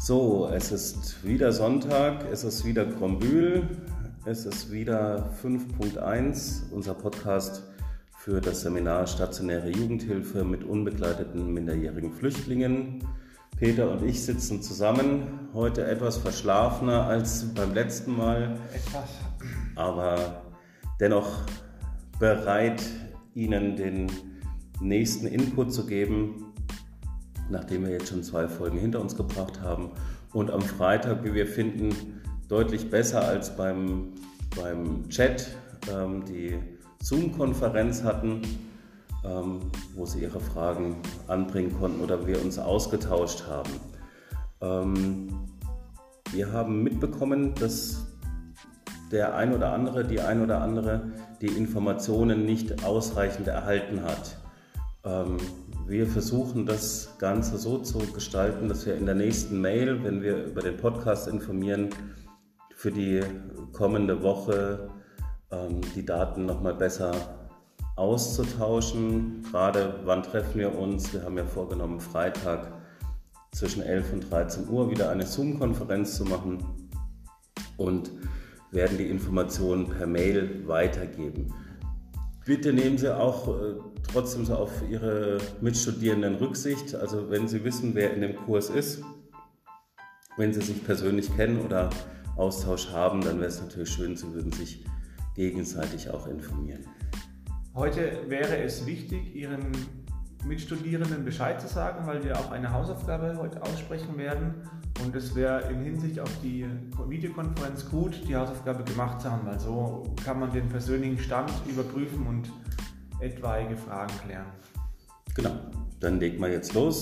So, es ist wieder Sonntag, es ist wieder Krombühl, es ist wieder 5.1, unser Podcast für das Seminar Stationäre Jugendhilfe mit unbegleiteten minderjährigen Flüchtlingen. Peter und ich sitzen zusammen, heute etwas verschlafener als beim letzten Mal, aber dennoch bereit, Ihnen den nächsten Input zu geben, nachdem wir jetzt schon 2 Folgen hinter uns gebracht haben und am Freitag, wie wir finden, deutlich besser als beim Chat die Zoom-Konferenz hatten, wo Sie Ihre Fragen anbringen konnten oder wir uns ausgetauscht haben. Wir haben mitbekommen, dass der ein oder andere, die ein oder andere die Informationen nicht ausreichend erhalten hat. Wir versuchen das Ganze so zu gestalten, dass wir in der nächsten Mail, wenn wir über den Podcast informieren, für die kommende Woche die Daten nochmal besser auszutauschen. Gerade wann treffen wir uns? Wir haben ja vorgenommen, Freitag zwischen 11 und 13 Uhr wieder eine Zoom-Konferenz zu machen und werden die Informationen per Mail weitergeben. Bitte nehmen Sie auch trotzdem so auf Ihre Mitstudierenden Rücksicht. Also wenn Sie wissen, wer in dem Kurs ist, wenn Sie sich persönlich kennen oder Austausch haben, dann wäre es natürlich schön, Sie würden sich gegenseitig auch informieren. Heute wäre es wichtig, Ihren Mitstudierenden Bescheid zu sagen, weil wir auch eine Hausaufgabe heute aussprechen werden. Und es wäre in Hinsicht auf die Videokonferenz gut, die Hausaufgabe gemacht zu haben, weil so kann man den persönlichen Stand überprüfen und etwaige Fragen klären. Genau, dann legen wir jetzt los.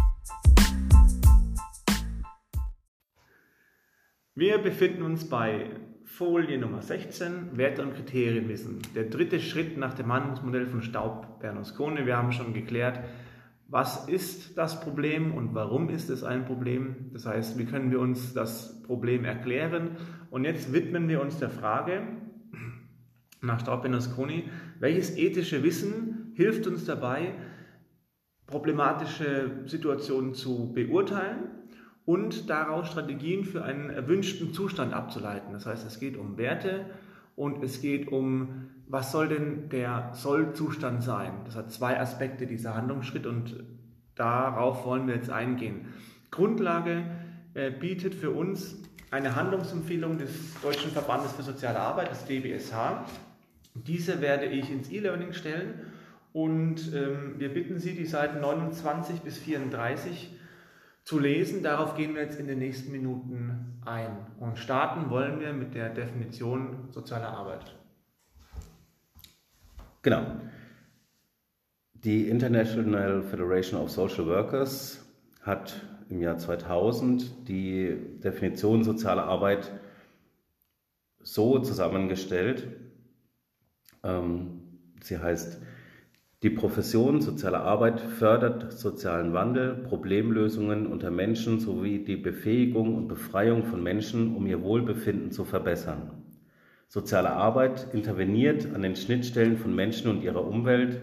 Wir befinden uns bei Folie Nummer 16, Werte und Kriterien wissen. Der dritte Schritt nach dem Handlungsmodell von Staub-Bernasconi. Wir haben schon geklärt, was ist das Problem und warum ist es ein Problem. Das heißt, wie können wir uns das Problem erklären. Und jetzt widmen wir uns der Frage nach Staub-Bernasconi, welches ethische Wissen hilft uns dabei, problematische Situationen zu beurteilen und daraus Strategien für einen erwünschten Zustand abzuleiten. Das heißt, es geht um Werte und es geht um, was soll denn der Soll-Zustand sein. Das hat 2 Aspekte, dieser Handlungsschritt, und darauf wollen wir jetzt eingehen. Grundlage bietet für uns eine Handlungsempfehlung des Deutschen Verbandes für Soziale Arbeit, des DBSH. Diese werde ich ins E-Learning stellen und wir bitten Sie, die Seiten 29 bis 34 zu lesen. Darauf gehen wir jetzt in den nächsten Minuten ein. Und starten wollen wir mit der Definition sozialer Arbeit. Genau. Die International Federation of Social Workers hat im Jahr 2000 die Definition sozialer Arbeit so zusammengestellt. Sie heißt: Die Profession soziale Arbeit fördert sozialen Wandel, Problemlösungen unter Menschen sowie die Befähigung und Befreiung von Menschen, um ihr Wohlbefinden zu verbessern. Soziale Arbeit interveniert an den Schnittstellen von Menschen und ihrer Umwelt.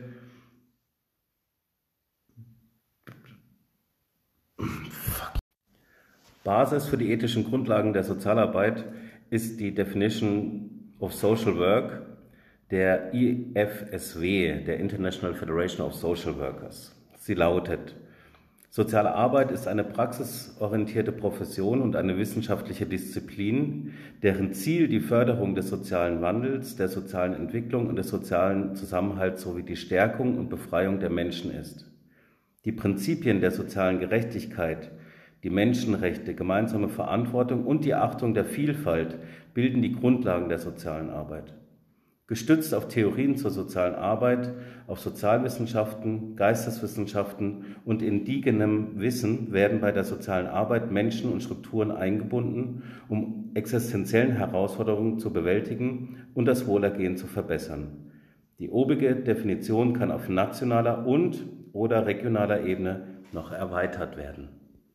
Basis für die ethischen Grundlagen der Sozialarbeit ist die Definition of Social Work der IFSW, der International Federation of Social Workers. Sie lautet: Soziale Arbeit ist eine praxisorientierte Profession und eine wissenschaftliche Disziplin, deren Ziel die Förderung des sozialen Wandels, der sozialen Entwicklung und des sozialen Zusammenhalts sowie die Stärkung und Befreiung der Menschen ist. Die Prinzipien der sozialen Gerechtigkeit, die Menschenrechte, gemeinsame Verantwortung und die Achtung der Vielfalt bilden die Grundlagen der sozialen Arbeit. Gestützt auf Theorien zur sozialen Arbeit, auf Sozialwissenschaften, Geisteswissenschaften und indigenem Wissen werden bei der sozialen Arbeit Menschen und Strukturen eingebunden, um existenziellen Herausforderungen zu bewältigen und das Wohlergehen zu verbessern. Die obige Definition kann auf nationaler und/oder regionaler Ebene noch erweitert werden.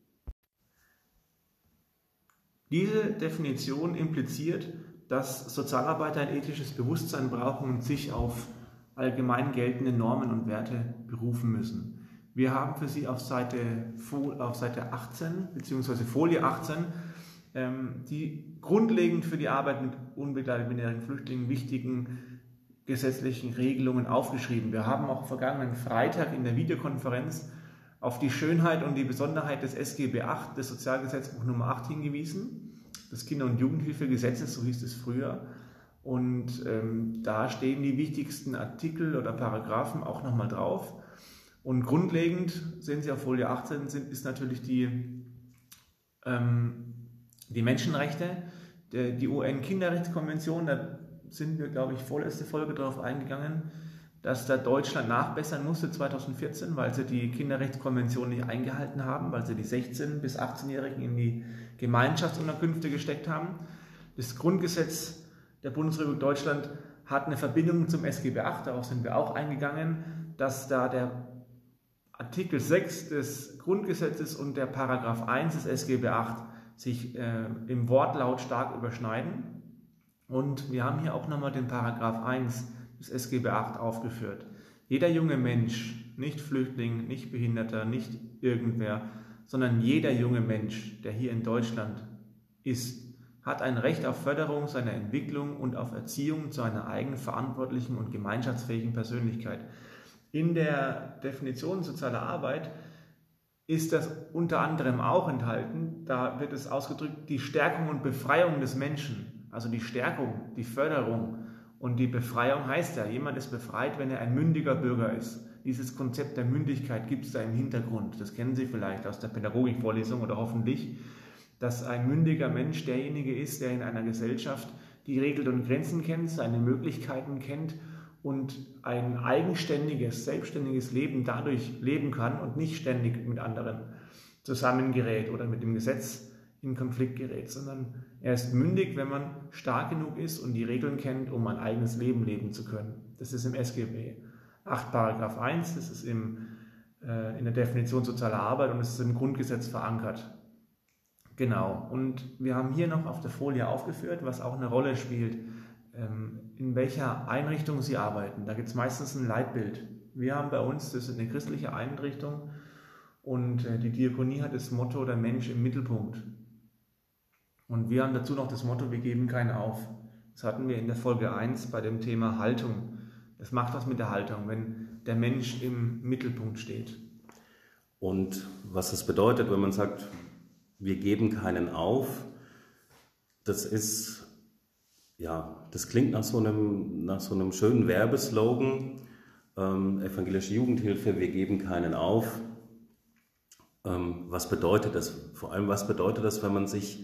Diese Definition impliziert, dass Sozialarbeiter ein ethisches Bewusstsein brauchen und sich auf allgemein geltende Normen und Werte berufen müssen. Wir haben für Sie auf Seite 18 bzw. Folie 18 die grundlegend für die Arbeit mit unbegleiteten minderjährigen Flüchtlingen wichtigen gesetzlichen Regelungen aufgeschrieben. Wir haben auch vergangenen Freitag in der Videokonferenz auf die Schönheit und die Besonderheit des SGB VIII, des Sozialgesetzbuch Nummer 8 hingewiesen, des Kinder- und Jugendhilfegesetzes, so hieß es früher. Und da stehen die wichtigsten Artikel oder Paragraphen auch nochmal drauf. Und grundlegend, sehen Sie auf Folie 18, ist natürlich die Menschenrechte, die UN-Kinderrechtskonvention. Da sind wir, glaube ich, vorletzte Folge darauf eingegangen, dass da Deutschland nachbessern musste 2014, weil sie die Kinderrechtskonvention nicht eingehalten haben, weil sie die 16- bis 18-Jährigen in die Gemeinschaftsunterkünfte gesteckt haben. Das Grundgesetz der Bundesrepublik Deutschland hat eine Verbindung zum SGB VIII, darauf sind wir auch eingegangen, dass da der Artikel 6 des Grundgesetzes und der Paragraph 1 des SGB VIII sich im Wortlaut stark überschneiden. Und wir haben hier auch nochmal den Paragraph 1 des SGB VIII aufgeführt. Jeder junge Mensch, nicht Flüchtling, nicht Behinderter, nicht irgendwer, sondern jeder junge Mensch, der hier in Deutschland ist, hat ein Recht auf Förderung seiner Entwicklung und auf Erziehung zu einer eigenverantwortlichen und gemeinschaftsfähigen Persönlichkeit. In der Definition sozialer Arbeit ist das unter anderem auch enthalten, da wird es ausgedrückt, die Stärkung und Befreiung des Menschen. Also die Stärkung, die Förderung und die Befreiung heißt ja, jemand ist befreit, wenn er ein mündiger Bürger ist. Dieses Konzept der Mündigkeit gibt es da im Hintergrund. Das kennen Sie vielleicht aus der Pädagogikvorlesung oder hoffentlich, dass ein mündiger Mensch derjenige ist, der in einer Gesellschaft die Regeln und Grenzen kennt, seine Möglichkeiten kennt und ein eigenständiges, selbstständiges Leben dadurch leben kann und nicht ständig mit anderen zusammengerät oder mit dem Gesetz in Konflikt gerät, sondern er ist mündig, wenn man stark genug ist und die Regeln kennt, um ein eigenes Leben leben zu können. Das ist im SGB 8 Paragraph 1, das ist in der Definition sozialer Arbeit und es ist im Grundgesetz verankert. Genau, und wir haben hier noch auf der Folie aufgeführt, was auch eine Rolle spielt, in welcher Einrichtung Sie arbeiten. Da gibt es meistens ein Leitbild. Wir haben bei uns, das ist eine christliche Einrichtung und die Diakonie hat das Motto, der Mensch im Mittelpunkt. Und wir haben dazu noch das Motto, wir geben keinen auf. Das hatten wir in der Folge 1 bei dem Thema Haltung. Das macht was mit der Haltung, wenn der Mensch im Mittelpunkt steht. Und was das bedeutet, wenn man sagt, wir geben keinen auf, das ist, ja, das klingt nach so einem schönen Werbeslogan, evangelische Jugendhilfe, wir geben keinen auf. Was bedeutet das? Vor allem, was bedeutet das, wenn man sich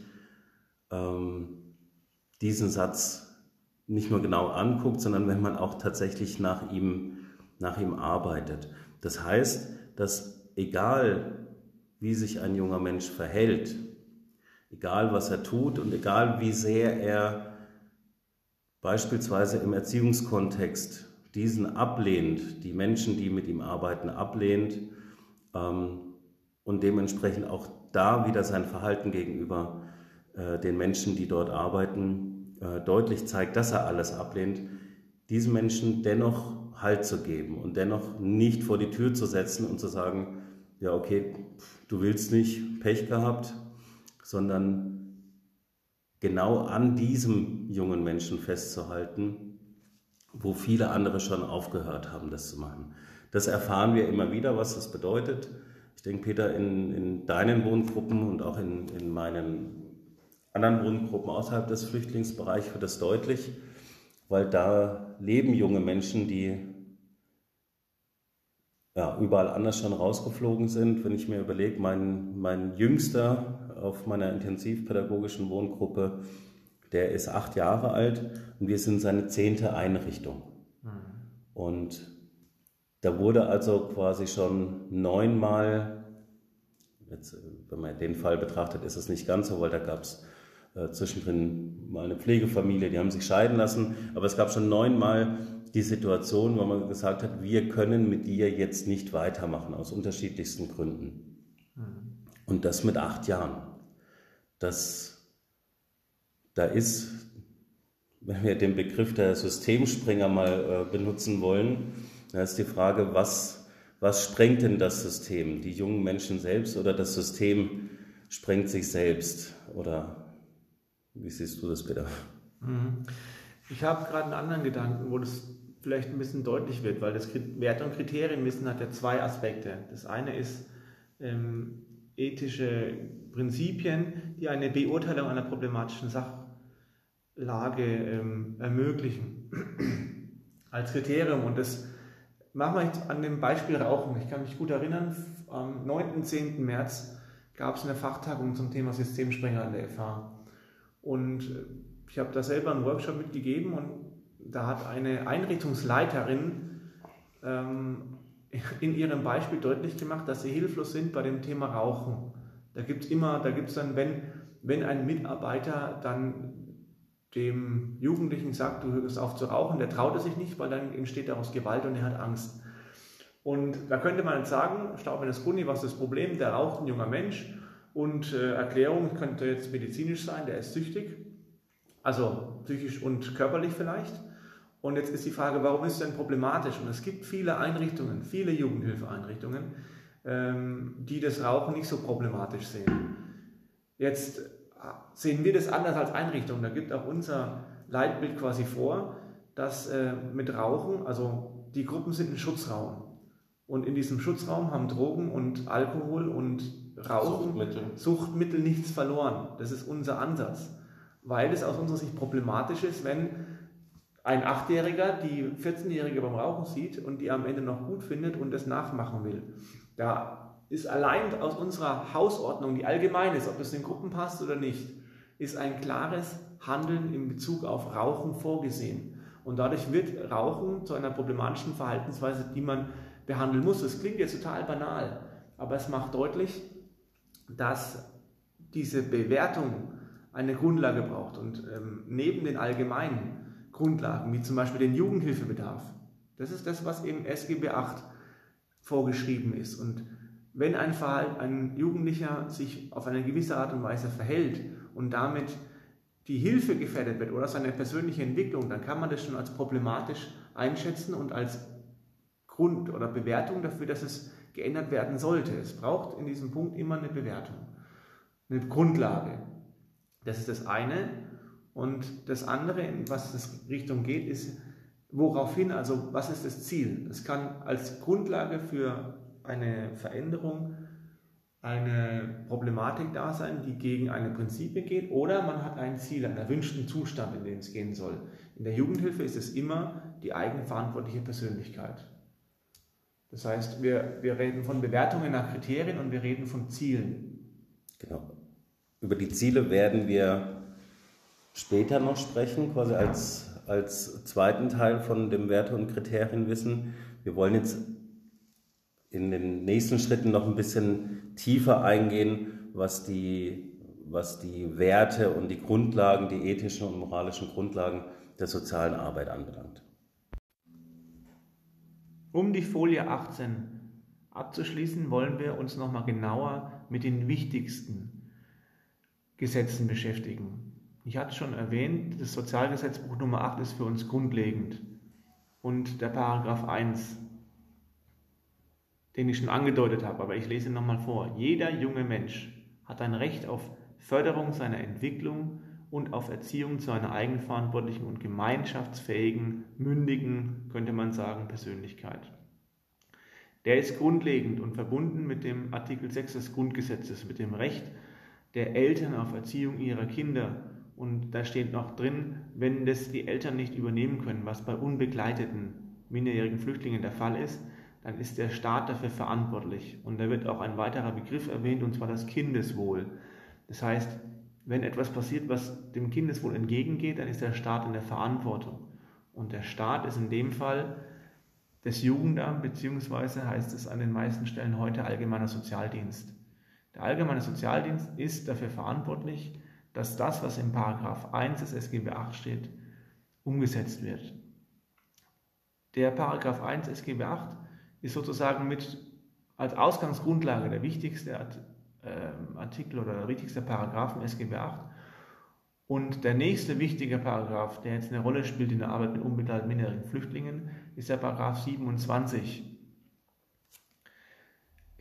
diesen Satz nicht nur genau anguckt, sondern wenn man auch tatsächlich nach ihm arbeitet. Das heißt, dass egal wie sich ein junger Mensch verhält, egal was er tut und egal wie sehr er beispielsweise im Erziehungskontext diesen ablehnt, die Menschen, die mit ihm arbeiten, ablehnt und dementsprechend auch da wieder sein Verhalten gegenüber den Menschen, die dort arbeiten, deutlich zeigt, dass er alles ablehnt, diesen Menschen dennoch Halt zu geben und dennoch nicht vor die Tür zu setzen und zu sagen, ja okay, du willst nicht, Pech gehabt, sondern genau an diesem jungen Menschen festzuhalten, wo viele andere schon aufgehört haben, das zu machen. Das erfahren wir immer wieder, was das bedeutet. Ich denke, Peter, in deinen Wohngruppen und auch in meinen anderen Wohngruppen außerhalb des Flüchtlingsbereichs wird das deutlich, weil da leben junge Menschen, die ja, überall anders schon rausgeflogen sind. Wenn ich mir überlege, mein Jüngster auf meiner intensivpädagogischen Wohngruppe, der ist 8 Jahre alt und wir sind seine 10. Einrichtung. Und da wurde also quasi schon 9-mal, jetzt, wenn man den Fall betrachtet, ist es nicht ganz so, weil da gab es zwischendrin mal eine Pflegefamilie, die haben sich scheiden lassen, aber es gab schon 9-mal die Situation, wo man gesagt hat, wir können mit dir jetzt nicht weitermachen, aus unterschiedlichsten Gründen. Und das mit 8 Jahren. Da ist, wenn wir den Begriff der Systemspringer mal benutzen wollen, da ist die Frage, was Was sprengt denn das System? Die jungen Menschen selbst oder das System sprengt sich selbst? Oder wie siehst du das, Peter? Ich habe gerade einen anderen Gedanken, wo das vielleicht ein bisschen deutlich wird, weil das Werte- und Kriterienwissen hat ja zwei Aspekte. Das eine ist ethische Prinzipien, die eine Beurteilung einer problematischen Sachlage ermöglichen als Kriterium. Und das machen wir jetzt an dem Beispiel Rauchen. Ich kann mich gut erinnern, am 9. und 10. März gab es eine Fachtagung zum Thema Systemsprenger an der FH. Und ich habe da selber einen Workshop mitgegeben und da hat eine Einrichtungsleiterin in ihrem Beispiel deutlich gemacht, dass sie hilflos sind bei dem Thema Rauchen. Da gibt es dann, wenn ein Mitarbeiter dann dem Jugendlichen sagt, du hörst auf zu rauchen, der traut es sich nicht, weil dann entsteht daraus Gewalt und er hat Angst. Und da könnte man jetzt sagen, Staubinnes Gruni, was ist das Problem? Der raucht, ein junger Mensch, und Erklärung könnte jetzt medizinisch sein, der ist süchtig, also psychisch und körperlich vielleicht. Und jetzt ist die Frage, warum ist es denn problematisch? Und es gibt viele Einrichtungen, viele Jugendhilfeeinrichtungen, die das Rauchen nicht so problematisch sehen. Jetzt sehen wir das anders als Einrichtung. Da gibt auch unser Leitbild quasi vor, dass mit Rauchen, also die Gruppen sind ein Schutzraum. Und in diesem Schutzraum haben Drogen und Alkohol und Rauchen, Suchtmittel nichts verloren. Das ist unser Ansatz. Weil es aus unserer Sicht problematisch ist, wenn ein 8-Jähriger die 14-Jährige beim Rauchen sieht und die am Ende noch gut findet und das nachmachen will. Da ist allein aus unserer Hausordnung, die allgemein ist, ob es in Gruppen passt oder nicht, ist ein klares Handeln in Bezug auf Rauchen vorgesehen. Und dadurch wird Rauchen zu einer problematischen Verhaltensweise, die man behandeln muss. Das klingt jetzt total banal, aber es macht deutlich, dass diese Bewertung eine Grundlage braucht. Und neben den allgemeinen Grundlagen, wie zum Beispiel den Jugendhilfebedarf, das ist das, was im SGB VIII vorgeschrieben ist. Und wenn ein Jugendlicher sich auf eine gewisse Art und Weise verhält und damit die Hilfe gefährdet wird oder seine persönliche Entwicklung, dann kann man das schon als problematisch einschätzen und als Grund oder Bewertung dafür, dass es geändert werden sollte. Es braucht in diesem Punkt immer eine Bewertung, eine Grundlage. Das ist das eine. Und das andere, in was es Richtung geht, ist, woraufhin, also was ist das Ziel? Es kann als Grundlage für eine Veränderung eine Problematik da sein, die gegen eine Prinzipie geht, oder man hat ein Ziel, einen erwünschten Zustand, in den es gehen soll. In der Jugendhilfe ist es immer die eigenverantwortliche Persönlichkeit. Das heißt, wir reden von Bewertungen nach Kriterien und wir reden von Zielen. Genau. Über die Ziele werden wir später noch sprechen, quasi als zweiten Teil von dem Werte- und Kriterienwissen. Wir wollen jetzt in den nächsten Schritten noch ein bisschen tiefer eingehen, was die Werte und die Grundlagen, die ethischen und moralischen Grundlagen der sozialen Arbeit anbelangt. Um die Folie 18 abzuschließen, wollen wir uns nochmal genauer mit den wichtigsten Gesetzen beschäftigen. Ich hatte schon erwähnt, das Sozialgesetzbuch Nummer 8 ist für uns grundlegend. Und der Paragraph 1, den ich schon angedeutet habe, aber ich lese ihn nochmal vor. Jeder junge Mensch hat ein Recht auf Förderung seiner Entwicklung und auf Erziehung zu einer eigenverantwortlichen und gemeinschaftsfähigen, mündigen, könnte man sagen, Persönlichkeit. Der ist grundlegend und verbunden mit dem Artikel 6 des Grundgesetzes, mit dem Recht der Eltern auf Erziehung ihrer Kinder. Und da steht noch drin, wenn das die Eltern nicht übernehmen können, was bei unbegleiteten minderjährigen Flüchtlingen der Fall ist, dann ist der Staat dafür verantwortlich. Und da wird auch ein weiterer Begriff erwähnt, und zwar das Kindeswohl. Das heißt, wenn etwas passiert, was dem Kindeswohl entgegengeht, dann ist der Staat in der Verantwortung. Und der Staat ist in dem Fall das Jugendamt, beziehungsweise heißt es an den meisten Stellen heute Allgemeiner Sozialdienst. Der Allgemeine Sozialdienst ist dafür verantwortlich, dass das, was im Paragraph 1 des SGB VIII steht, umgesetzt wird. Der Paragraph 1 SGB VIII ist sozusagen als Ausgangsgrundlage der wichtigste Artikel oder der wichtigste Paragraph im SGB VIII. Und der nächste wichtige Paragraph, der jetzt eine Rolle spielt in der Arbeit mit unbegleiteten minderjährigen Flüchtlingen, ist der Paragraph 27.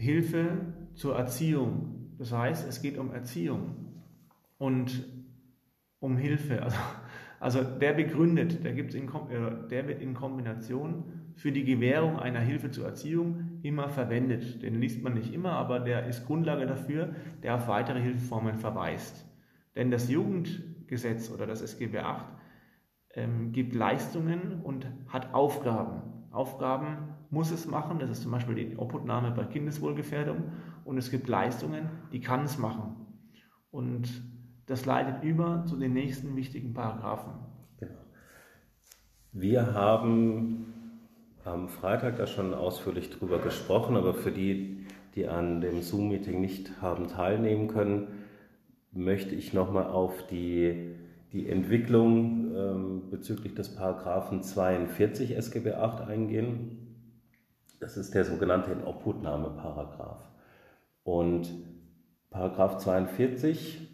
Hilfe zur Erziehung. Das heißt, es geht um Erziehung und um Hilfe. Also der begründet, der wird in Kombination für die Gewährung einer Hilfe zur Erziehung immer verwendet. Den liest man nicht immer, aber der ist Grundlage dafür, der auf weitere Hilfeformen verweist. Denn das Jugendgesetz oder das SGB VIII gibt Leistungen und hat Aufgaben. Aufgaben muss es machen, das ist zum Beispiel die Obhutnahme bei Kindeswohlgefährdung, und es gibt Leistungen, die kann es machen. Und das leitet über zu den nächsten wichtigen Paragraphen. Genau. Wir haben am Freitag da schon ausführlich drüber gesprochen, aber für die, die an dem Zoom-Meeting nicht haben teilnehmen können, möchte ich nochmal auf die Entwicklung bezüglich des Paragraphen 42 SGB VIII eingehen. Das ist der sogenannte Inobhutnahme-Paragraph. Und Paragraph 42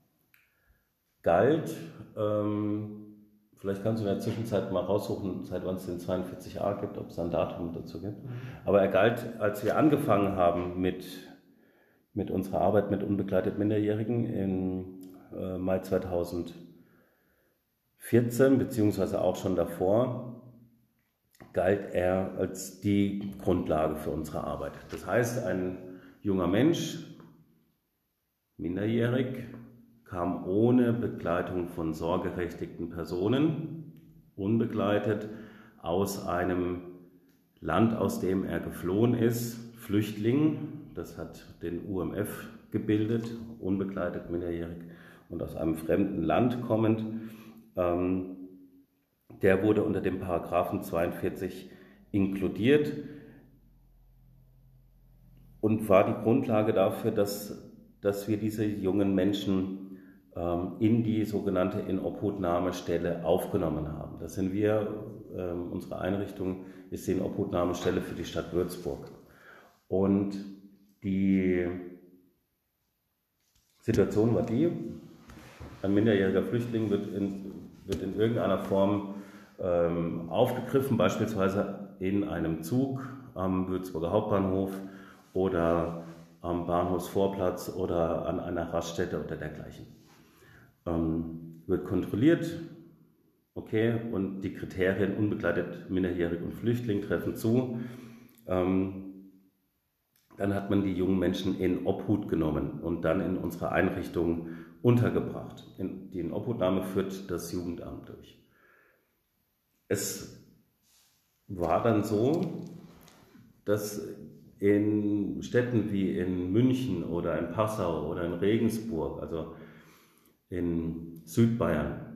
galt, vielleicht kannst du in der Zwischenzeit mal raussuchen, seit wann es den 42a gibt, ob es ein Datum dazu gibt. Aber er galt, als wir angefangen haben mit unserer Arbeit mit unbegleiteten Minderjährigen im Mai 2014, beziehungsweise auch schon davor, galt er als die Grundlage für unsere Arbeit. Das heißt, ein junger Mensch, minderjährig, kam ohne Begleitung von sorgeberechtigten Personen, unbegleitet, aus einem Land, aus dem er geflohen ist, Flüchtling, das hat den UMF gebildet, unbegleitet, minderjährig und aus einem fremden Land kommend, der wurde unter dem Paragraphen 42 inkludiert und war die Grundlage dafür, dass wir diese jungen Menschen in die sogenannte Inobhutnahmestelle aufgenommen haben. Das sind wir, unsere Einrichtung ist die Inobhutnahmestelle für die Stadt Würzburg. Und die Situation war die, ein minderjähriger Flüchtling wird in irgendeiner Form aufgegriffen, beispielsweise in einem Zug am Würzburger Hauptbahnhof oder am Bahnhofsvorplatz oder an einer Raststätte oder dergleichen. Wird kontrolliert, okay, und die Kriterien unbegleitet, minderjährig und Flüchtling treffen zu. Dann hat man die jungen Menschen in Obhut genommen und dann in unsere Einrichtung untergebracht. Die Inobhutnahme führt das Jugendamt durch. Es war dann so, dass in Städten wie in München oder in Passau oder in Regensburg, also in Südbayern,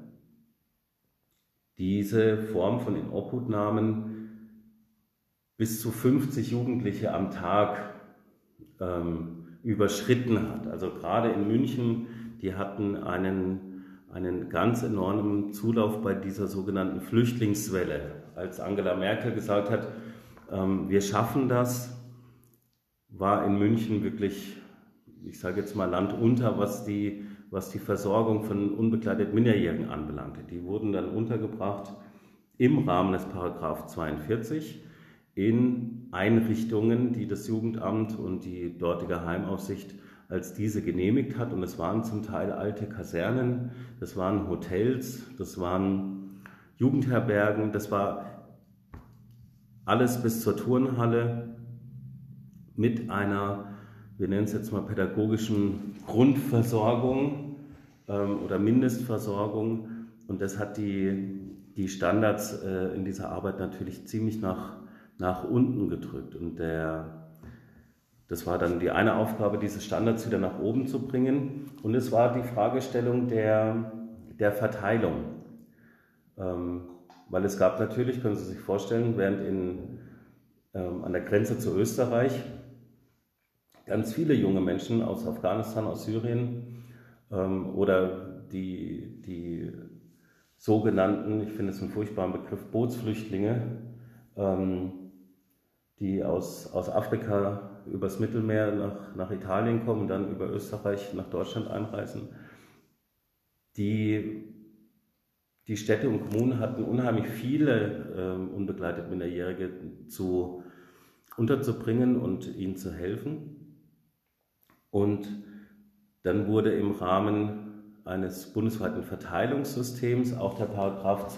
diese Form von Inobhutnahmen bis zu 50 Jugendliche am Tag überschritten hat. Also gerade in München, die hatten einen ganz enormen Zulauf bei dieser sogenannten Flüchtlingswelle. Als Angela Merkel gesagt hat, wir schaffen das, war in München wirklich, ich sage jetzt mal, Land unter, was die Versorgung von unbegleiteten Minderjährigen anbelangte. Die wurden dann untergebracht im Rahmen des Paragraph 42 in Einrichtungen, die das Jugendamt und die dortige Heimaufsicht als diese genehmigt hat. Und es waren zum Teil alte Kasernen, das waren Hotels, das waren Jugendherbergen, das war alles bis zur Turnhalle mit einer, wir nennen es jetzt mal pädagogischen Grundversorgung oder Mindestversorgung. Und das hat die Standards in dieser Arbeit natürlich ziemlich nach unten gedrückt. Und das war dann die eine Aufgabe, diese Standards wieder nach oben zu bringen. Und es war die Fragestellung der Verteilung. Weil es gab natürlich, können Sie sich vorstellen, während an der Grenze zu Österreich ganz viele junge Menschen aus Afghanistan, aus Syrien oder die sogenannten, ich finde es einen furchtbaren Begriff, Bootsflüchtlinge, die aus Afrika übers Mittelmeer nach Italien kommen und dann über Österreich nach Deutschland einreisen. Die Städte und Kommunen hatten unheimlich viele unbegleitete Minderjährige zu unterzubringen und ihnen zu helfen. Und dann wurde im Rahmen eines bundesweiten Verteilungssystems auch der Paragraph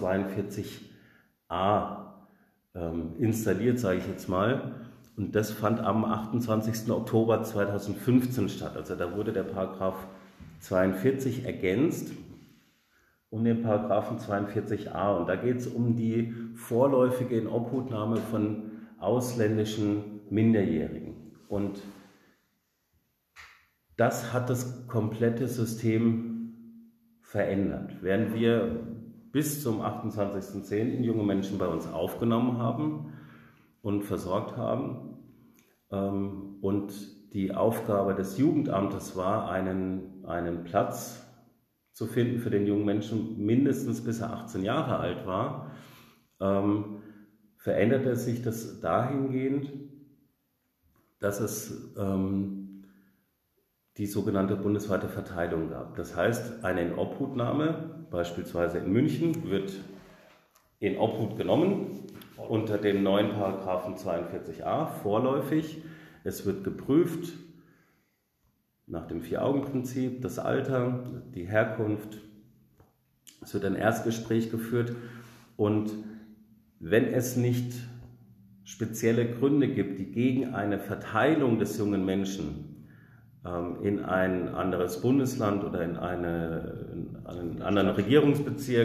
42a installiert, sage ich jetzt mal. Und das fand am 28. Oktober 2015 statt. Also da wurde der Paragraph 42 ergänzt um den Paragraphen 42a. Und da geht es um die vorläufige Inobhutnahme von ausländischen Minderjährigen. Und das hat das komplette System verändert. Während wir bis zum 28.10. junge Menschen bei uns aufgenommen haben und versorgt haben, und die Aufgabe des Jugendamtes war, einen Platz zu finden für den jungen Menschen, mindestens bis er 18 Jahre alt war, veränderte sich das dahingehend, dass es die sogenannte bundesweite Verteilung gab. Das heißt, eine Inobhutnahme, beispielsweise in München, wird in Obhut genommen unter dem neuen Paragraphen 42a vorläufig. Es wird geprüft nach dem Vier-Augen-Prinzip, das Alter, die Herkunft. Es wird ein Erstgespräch geführt und wenn es nicht spezielle Gründe gibt, die gegen eine Verteilung des jungen Menschen in ein anderes Bundesland oder in einen anderen Regierungsbezirk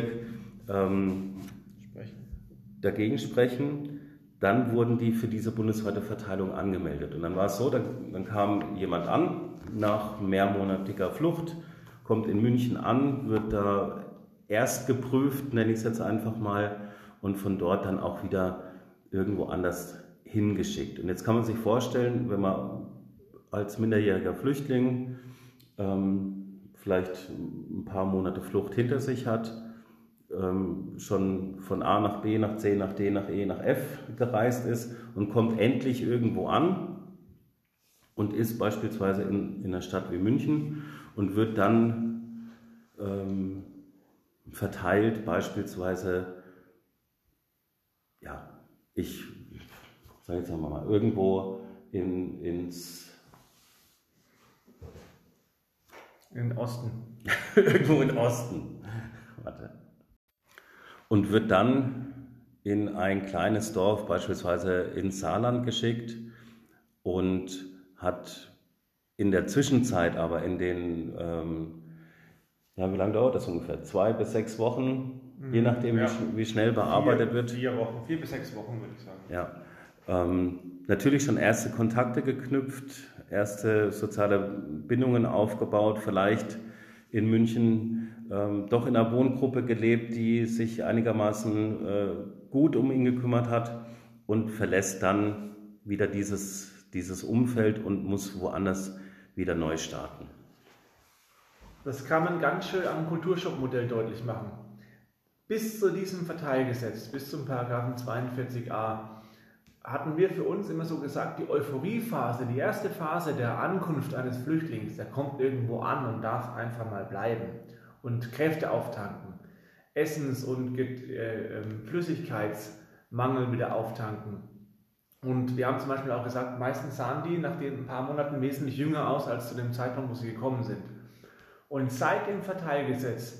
dagegen sprechen, dann wurden die für diese bundesweite Verteilung angemeldet. Und dann war es so, dann kam jemand an, nach mehrmonatiger Flucht, kommt in München an, wird da erst geprüft, nenne ich es jetzt einfach mal, und von dort dann auch wieder irgendwo anders hingeschickt. Und jetzt kann man sich vorstellen, wenn man als minderjähriger Flüchtling vielleicht ein paar Monate Flucht hinter sich hat, schon von A nach B, nach C, nach D, nach E, nach F gereist ist und kommt endlich irgendwo an und ist beispielsweise in einer Stadt wie München und wird dann verteilt beispielsweise, ja, ich sage jetzt mal, irgendwo in den Osten. Irgendwo in Osten. Warte. Und wird dann in ein kleines Dorf, beispielsweise ins Saarland, geschickt und hat in der Zwischenzeit aber in den, wie lange dauert das ungefähr? 2 bis 6 Wochen, je nachdem, wie schnell bearbeitet wird. 4 Wochen, 4 bis 6 Wochen würde ich sagen. Ja. Natürlich schon erste Kontakte geknüpft, erste soziale Bindungen aufgebaut, vielleicht in München doch in einer Wohngruppe gelebt, die sich einigermaßen gut um ihn gekümmert hat und verlässt dann wieder dieses Umfeld und muss woanders wieder neu starten. Das kann man ganz schön am Kulturschockmodell deutlich machen. Bis zu diesem Verteilgesetz, bis zum Paragraphen 42a, hatten wir für uns immer so gesagt, die Euphoriephase, die erste Phase der Ankunft eines Flüchtlings, der kommt irgendwo an und darf einfach mal bleiben und Kräfte auftanken, Essens- und Flüssigkeitsmangel wieder auftanken. Und wir haben zum Beispiel auch gesagt, meistens sahen die nach den ein paar Monaten wesentlich jünger aus als zu dem Zeitpunkt, wo sie gekommen sind. Und seit dem Verteilgesetz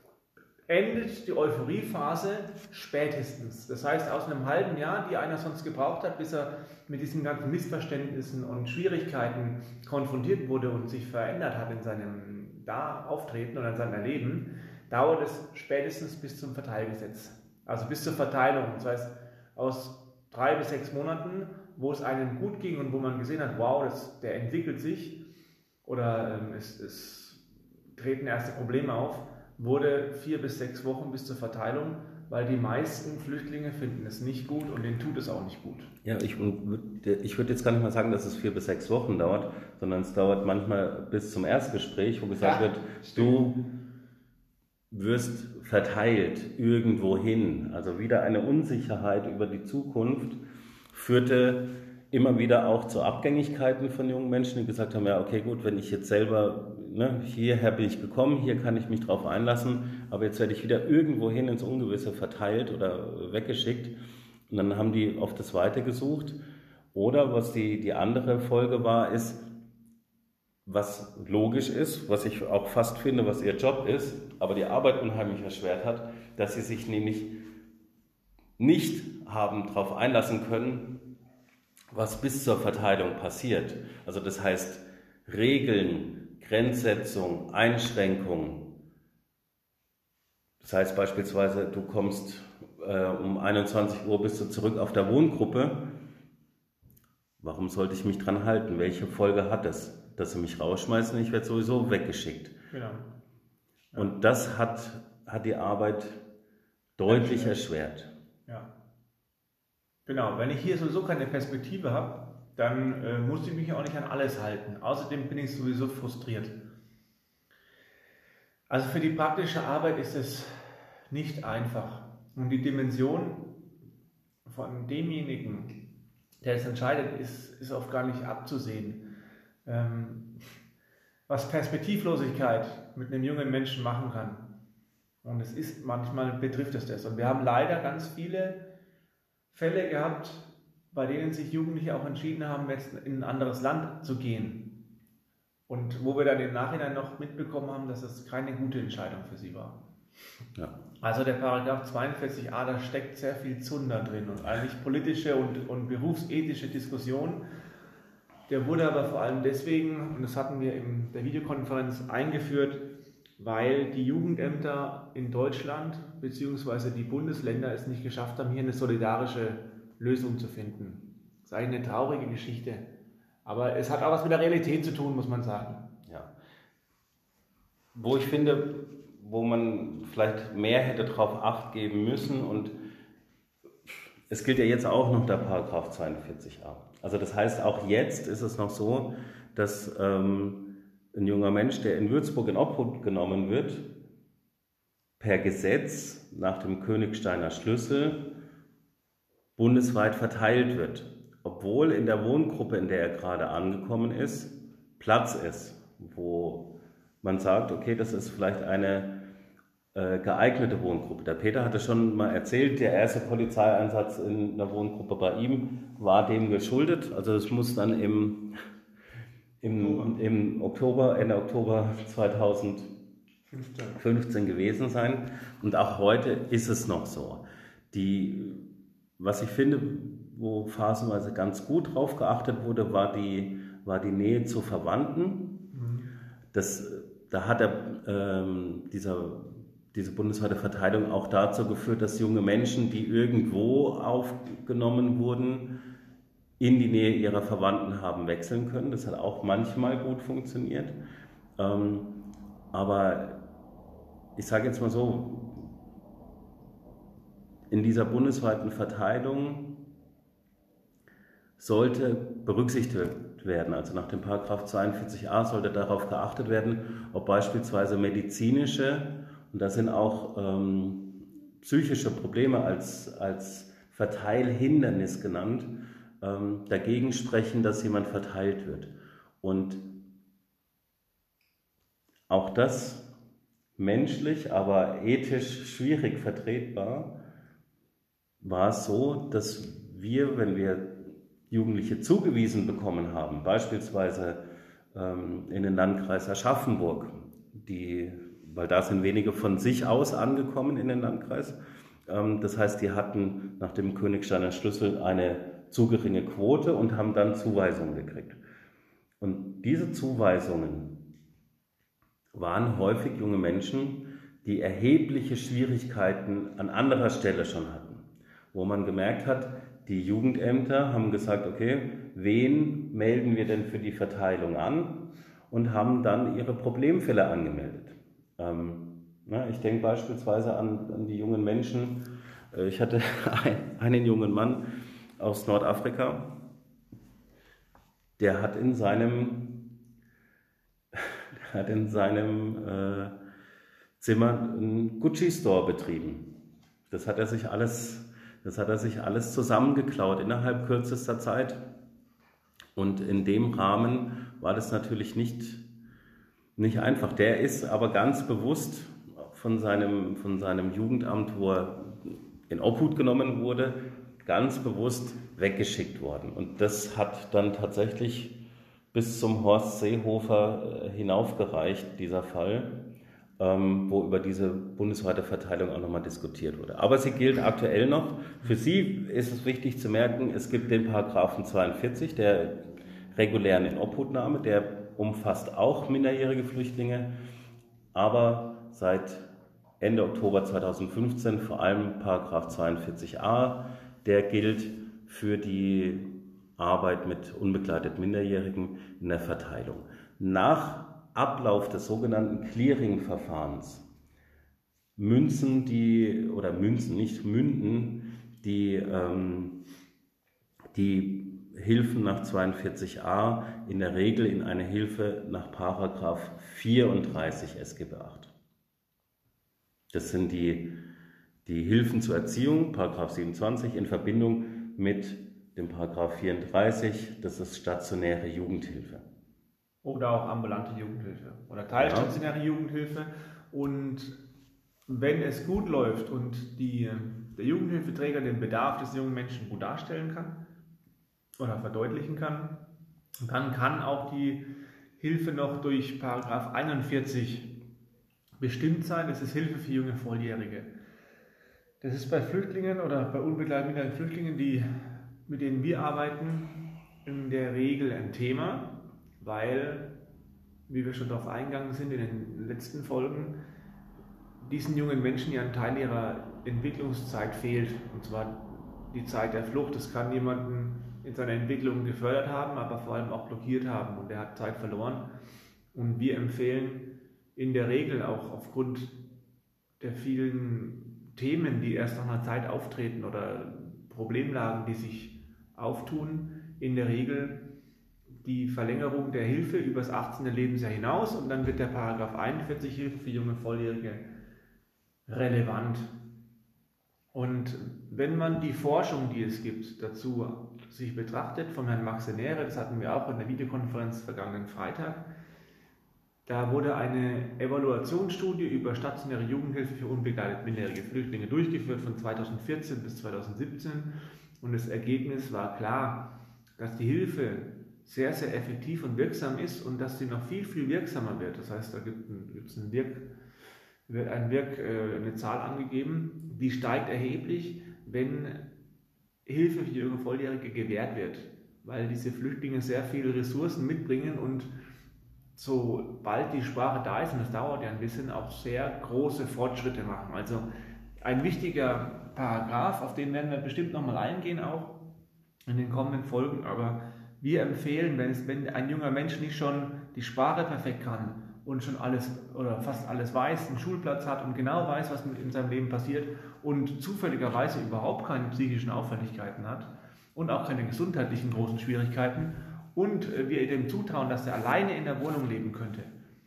endet die Euphoriephase spätestens. Das heißt, aus einem halben Jahr, die einer sonst gebraucht hat, bis er mit diesen ganzen Missverständnissen und Schwierigkeiten konfrontiert wurde und sich verändert hat in seinem Auftreten oder in seinem Erleben, dauert es spätestens bis zum Verteilgesetz. Also bis zur Verteilung. Das heißt, aus 3 bis 6 Monaten, wo es einem gut ging und wo man gesehen hat, wow, der entwickelt sich oder es treten erste Probleme auf, wurde 4 bis 6 Wochen bis zur Verteilung, weil die meisten Flüchtlinge finden es nicht gut und denen tut es auch nicht gut. Ja, ich würde jetzt gar nicht mal sagen, dass es 4 bis 6 Wochen dauert, sondern es dauert manchmal bis zum Erstgespräch, wo gesagt wird, du wirst verteilt irgendwo hin. Also wieder eine Unsicherheit über die Zukunft führte immer wieder auch zu Abgängigkeiten von jungen Menschen, die gesagt haben, ja okay gut, wenn ich jetzt selber, hierher bin ich gekommen, hier kann ich mich drauf einlassen, aber jetzt werde ich wieder irgendwo hin ins Ungewisse verteilt oder weggeschickt. Und dann haben die oft das Weite gesucht Oder was die andere Folge war, ist, was logisch ist, was ich auch fast finde, was ihr Job ist, aber die Arbeit unheimlich erschwert hat, dass sie sich nämlich nicht haben darauf einlassen können, was bis zur Verteilung passiert. Also das heißt Regeln, Grenzsetzung, Einschränkungen. Das heißt beispielsweise, du kommst um 21 Uhr bist du zurück auf der Wohngruppe. Warum sollte ich mich dran halten? Welche Folge hat es? Dass sie mich rausschmeißen, ich werde sowieso weggeschickt. Genau. Ja. Und das hat die Arbeit deutlich erschwert. Ja. Genau, wenn ich hier sowieso keine Perspektive habe, dann muss ich mich auch nicht an alles halten. Außerdem bin ich sowieso frustriert. Also für die praktische Arbeit ist es nicht einfach. Und die Dimension von demjenigen, der es entscheidet, ist oft gar nicht abzusehen. Was Perspektivlosigkeit mit einem jungen Menschen machen kann. Und es ist, manchmal betrifft es das. Und wir haben leider ganz viele Fälle gehabt, bei denen sich Jugendliche auch entschieden haben, jetzt in ein anderes Land zu gehen. Und wo wir dann im Nachhinein noch mitbekommen haben, dass das keine gute Entscheidung für sie war. Ja. Also der Paragraph 42a, da steckt sehr viel Zunder drin und eigentlich politische und berufsethische Diskussionen. Der wurde aber vor allem deswegen, und das hatten wir in der Videokonferenz eingeführt, weil die Jugendämter in Deutschland bzw. die Bundesländer es nicht geschafft haben, hier eine solidarische Lösung zu finden. Das ist eigentlich eine traurige Geschichte. Aber es hat auch was mit der Realität zu tun, muss man sagen. Ja. Wo ich finde, wo man vielleicht mehr hätte darauf Acht geben müssen, und es gilt ja jetzt auch noch der Paragraph 42a. Also das heißt, auch jetzt ist es noch so, dass ein junger Mensch, der in Würzburg in Obhut genommen wird, per Gesetz nach dem Königsteiner Schlüssel bundesweit verteilt wird, obwohl in der Wohngruppe, in der er gerade angekommen ist, Platz ist, wo man sagt, okay, das ist vielleicht eine geeignete Wohngruppe. Der Peter hatte schon mal erzählt, der erste Polizeieinsatz in einer Wohngruppe bei ihm war dem geschuldet. Also es muss dann im Oktober, Ende Oktober 2015 gewesen sein. Und auch heute ist es noch so. Was ich finde, wo phasenweise ganz gut drauf geachtet wurde, war die Nähe zu Verwandten. Da hat diese bundesweite Verteilung auch dazu geführt, dass junge Menschen, die irgendwo aufgenommen wurden, in die Nähe ihrer Verwandten haben wechseln können. Das hat auch manchmal gut funktioniert. Aber ich sage jetzt mal so, in dieser bundesweiten Verteilung sollte berücksichtigt werden. Also nach dem Paragraph 42a sollte darauf geachtet werden, ob beispielsweise medizinische, und da sind auch psychische Probleme als Verteilhindernis genannt, dagegen sprechen, dass jemand verteilt wird. Und auch das menschlich, aber ethisch schwierig vertretbar, war es so, dass wir, wenn wir Jugendliche zugewiesen bekommen haben, beispielsweise in den Landkreis Aschaffenburg, weil da sind wenige von sich aus angekommen in den Landkreis. Das heißt, die hatten nach dem Königsteiner Schlüssel eine zu geringe Quote und haben dann Zuweisungen gekriegt. Und diese Zuweisungen waren häufig junge Menschen, die erhebliche Schwierigkeiten an anderer Stelle schon hatten, wo man gemerkt hat, die Jugendämter haben gesagt, okay, wen melden wir denn für die Verteilung an, und haben dann ihre Problemfälle angemeldet. Ich denke beispielsweise an die jungen Menschen. Ich hatte einen jungen Mann aus Nordafrika, der hat in seinem Zimmer einen Gucci-Store betrieben. Das hat er sich alles zusammengeklaut innerhalb kürzester Zeit. Und in dem Rahmen war das natürlich nicht einfach. Der ist aber ganz bewusst von seinem Jugendamt, wo er in Obhut genommen wurde, ganz bewusst weggeschickt worden. Und das hat dann tatsächlich bis zum Horst Seehofer hinaufgereicht, dieser Fall, wo über diese bundesweite Verteilung auch nochmal diskutiert wurde. Aber sie gilt aktuell noch. Für Sie ist es wichtig zu merken, es gibt den Paragraphen 42 der regulären Inobhutnahme, der umfasst auch minderjährige Flüchtlinge, aber seit Ende Oktober 2015 vor allem Paragraph 42a, der gilt für die Arbeit mit unbegleiteten Minderjährigen in der Verteilung. Nach Ablauf des sogenannten Clearing-Verfahrens münden die Hilfen nach 42a in der Regel in eine Hilfe nach Paragraph 34 SGB VIII. Das sind die Hilfen zur Erziehung, Paragraph 27, in Verbindung mit dem Paragraph 34, das ist stationäre Jugendhilfe. Oder auch ambulante Jugendhilfe oder teilstationäre Jugendhilfe. Und wenn es gut läuft und der Jugendhilfeträger den Bedarf des jungen Menschen gut darstellen kann oder verdeutlichen kann, dann kann auch die Hilfe noch durch Paragraph 41 bestimmt sein. Das ist Hilfe für junge Volljährige. Das ist bei Flüchtlingen oder bei unbegleiteten Flüchtlingen, mit denen wir arbeiten, in der Regel ein Thema, weil, wie wir schon darauf eingegangen sind in den letzten Folgen, diesen jungen Menschen ja ein Teil ihrer Entwicklungszeit fehlt. Und zwar die Zeit der Flucht. Das kann jemanden in seiner Entwicklung gefördert haben, aber vor allem auch blockiert haben und er hat Zeit verloren. Und wir empfehlen in der Regel auch aufgrund der vielen Themen, die erst nach einer Zeit auftreten oder Problemlagen, die sich auftun, in der Regel die Verlängerung der Hilfe über das 18. Lebensjahr hinaus und dann wird der Paragraph 41 Hilfe für junge Volljährige relevant. Und wenn man die Forschung, die es gibt, dazu sich betrachtet, von Herrn Maxenere, das hatten wir auch in der Videokonferenz vergangenen Freitag, da wurde eine Evaluationsstudie über stationäre Jugendhilfe für unbegleitete minderjährige Flüchtlinge durchgeführt von 2014 bis 2017 und das Ergebnis war klar, dass die Hilfe sehr, sehr effektiv und wirksam ist und dass sie noch viel, viel wirksamer wird. Das heißt, da wird eine Zahl angegeben, die steigt erheblich, wenn Hilfe für junge Volljährige gewährt wird, weil diese Flüchtlinge sehr viele Ressourcen mitbringen und sobald die Sprache da ist, und das dauert ja ein bisschen, auch sehr große Fortschritte machen. Also ein wichtiger Paragraph, auf den werden wir bestimmt nochmal eingehen, auch in den kommenden Folgen, aber wir empfehlen, wenn ein junger Mensch nicht schon die Sprache perfekt kann und schon alles oder fast alles weiß, einen Schulplatz hat und genau weiß, was in seinem Leben passiert und zufälligerweise überhaupt keine psychischen Auffälligkeiten hat und auch keine gesundheitlichen großen Schwierigkeiten und wir dem zutrauen, dass er alleine in der Wohnung leben könnte,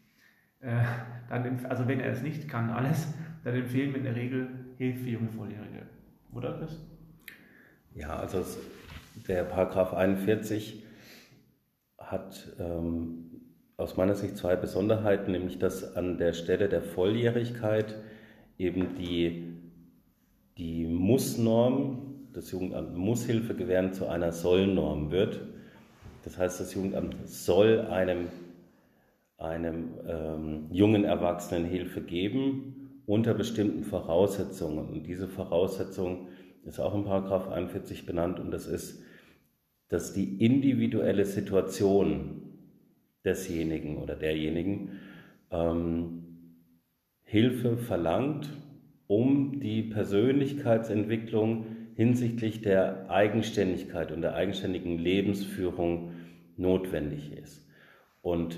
also wenn er es nicht kann, alles, dann empfehlen wir in der Regel Hilfe für junge Volljährige. Oder, Chris? Ja, also der Paragraph 41 hat aus meiner Sicht zwei Besonderheiten, nämlich dass an der Stelle der Volljährigkeit eben die Muss-Norm, das Jugendamt muss Hilfe gewähren, zu einer Soll-Norm wird. Das heißt, das Jugendamt soll einem jungen Erwachsenen Hilfe geben unter bestimmten Voraussetzungen. Und diese Voraussetzung ist auch im Paragraph 41 benannt und das ist, dass die individuelle Situation desjenigen oder derjenigen Hilfe verlangt, um die Persönlichkeitsentwicklung hinsichtlich der Eigenständigkeit und der eigenständigen Lebensführung notwendig ist. Und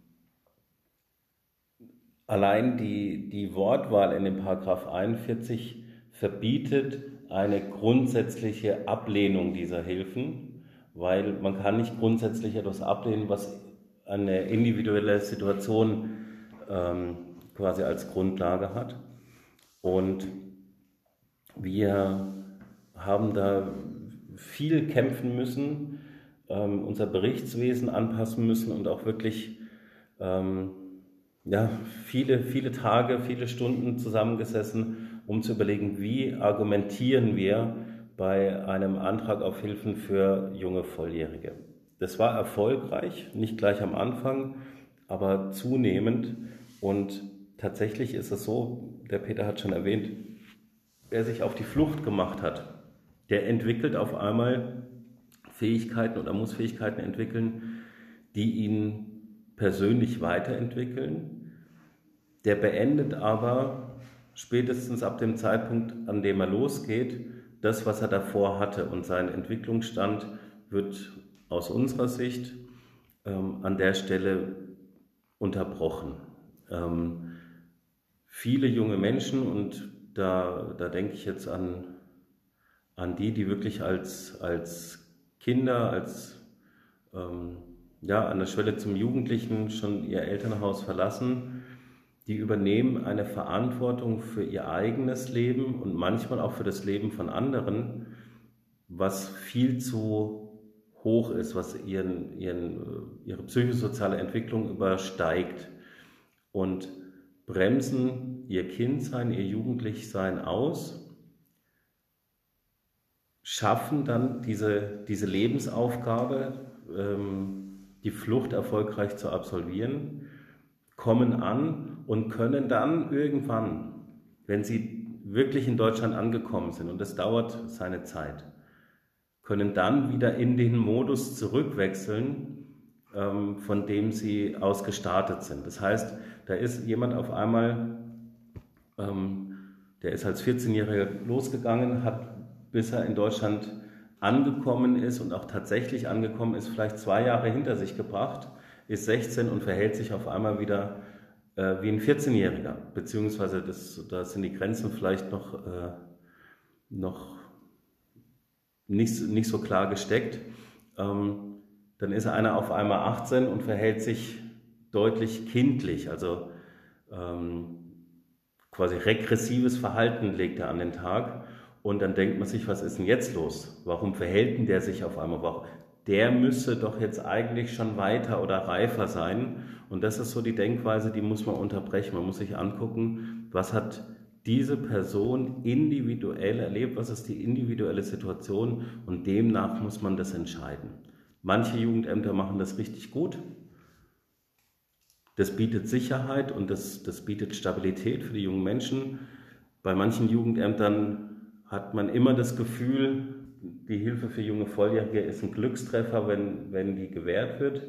allein die Wortwahl in dem Paragraph 41 verbietet eine grundsätzliche Ablehnung dieser Hilfen, weil man kann nicht grundsätzlich etwas ablehnen, was eine individuelle Situation quasi als Grundlage hat. Und wir haben da viel kämpfen müssen, unser Berichtswesen anpassen müssen und auch wirklich viele Tage, viele Stunden zusammengesessen, um zu überlegen, wie argumentieren wir bei einem Antrag auf Hilfen für junge Volljährige. Das war erfolgreich, nicht gleich am Anfang, aber zunehmend. Und tatsächlich ist es so, der Peter hat schon erwähnt, wer sich auf die Flucht gemacht hat, der entwickelt auf einmal Fähigkeiten oder muss Fähigkeiten entwickeln, die ihn persönlich weiterentwickeln. Der beendet aber spätestens ab dem Zeitpunkt, an dem er losgeht, das, was er davor hatte. Und sein Entwicklungsstand wird aus unserer Sicht an der Stelle unterbrochen. Viele junge Menschen, und da denke ich jetzt an die wirklich als Kinder, an der Schwelle zum Jugendlichen schon ihr Elternhaus verlassen, die übernehmen eine Verantwortung für ihr eigenes Leben und manchmal auch für das Leben von anderen, was viel zu hoch ist, was ihre psychosoziale Entwicklung übersteigt, und bremsen ihr Kindsein, ihr Jugendlichsein aus, schaffen dann diese Lebensaufgabe, die Flucht erfolgreich zu absolvieren, kommen an und können dann irgendwann, wenn sie wirklich in Deutschland angekommen sind, und das dauert seine Zeit, können dann wieder in den Modus zurückwechseln, von dem sie aus gestartet sind. Das heißt, da ist jemand auf einmal, der ist als 14-Jähriger losgegangen, hat, bis er in Deutschland angekommen ist und auch tatsächlich angekommen ist, vielleicht 2 Jahre hinter sich gebracht, ist 16 und verhält sich auf einmal wieder wie ein 14-Jähriger, beziehungsweise da sind die Grenzen vielleicht noch nicht so klar gesteckt. Dann ist einer auf einmal 18 und verhält sich deutlich kindlich, also quasi regressives Verhalten legt er an den Tag. Und dann denkt man sich, was ist denn jetzt los? Warum verhält denn der sich auf einmal? Der müsste doch jetzt eigentlich schon weiter oder reifer sein. Und das ist so die Denkweise, die muss man unterbrechen. Man muss sich angucken, was hat diese Person individuell erlebt, was ist die individuelle Situation, und demnach muss man das entscheiden. Manche Jugendämter machen das richtig gut. Das bietet Sicherheit und das bietet Stabilität für die jungen Menschen. Bei manchen Jugendämtern hat man immer das Gefühl, die Hilfe für junge Volljährige ist ein Glückstreffer, wenn die gewährt wird.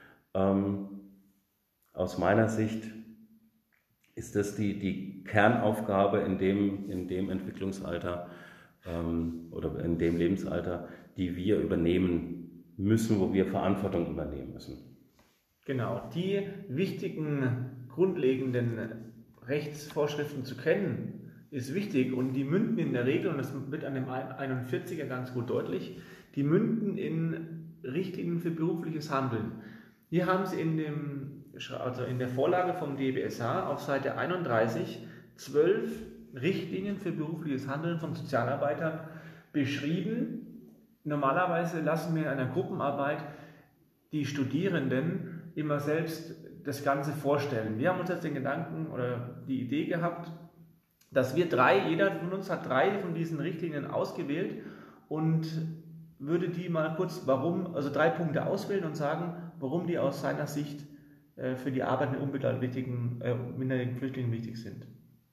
Aus meiner Sicht ist das die Kernaufgabe in dem Entwicklungsalter oder in dem Lebensalter, die wir übernehmen müssen, wo wir Verantwortung übernehmen müssen. Genau, die wichtigen, grundlegenden Rechtsvorschriften zu kennen, ist wichtig, und die münden in der Regel, und das wird an dem 41er ganz gut deutlich, die münden in Richtlinien für berufliches Handeln. Hier haben Sie in der Vorlage vom DBSH auf Seite 31 12 Richtlinien für berufliches Handeln von Sozialarbeitern beschrieben. Normalerweise lassen wir in einer Gruppenarbeit die Studierenden immer selbst das Ganze vorstellen. Wir haben uns jetzt den Gedanken oder die Idee gehabt, dass jeder von uns hat 3 von diesen Richtlinien ausgewählt und würde die mal kurz 3 Punkte auswählen und sagen, warum die aus seiner Sicht für die Arbeit mit unbegleiteten minderjährigen Flüchtlingen wichtig sind.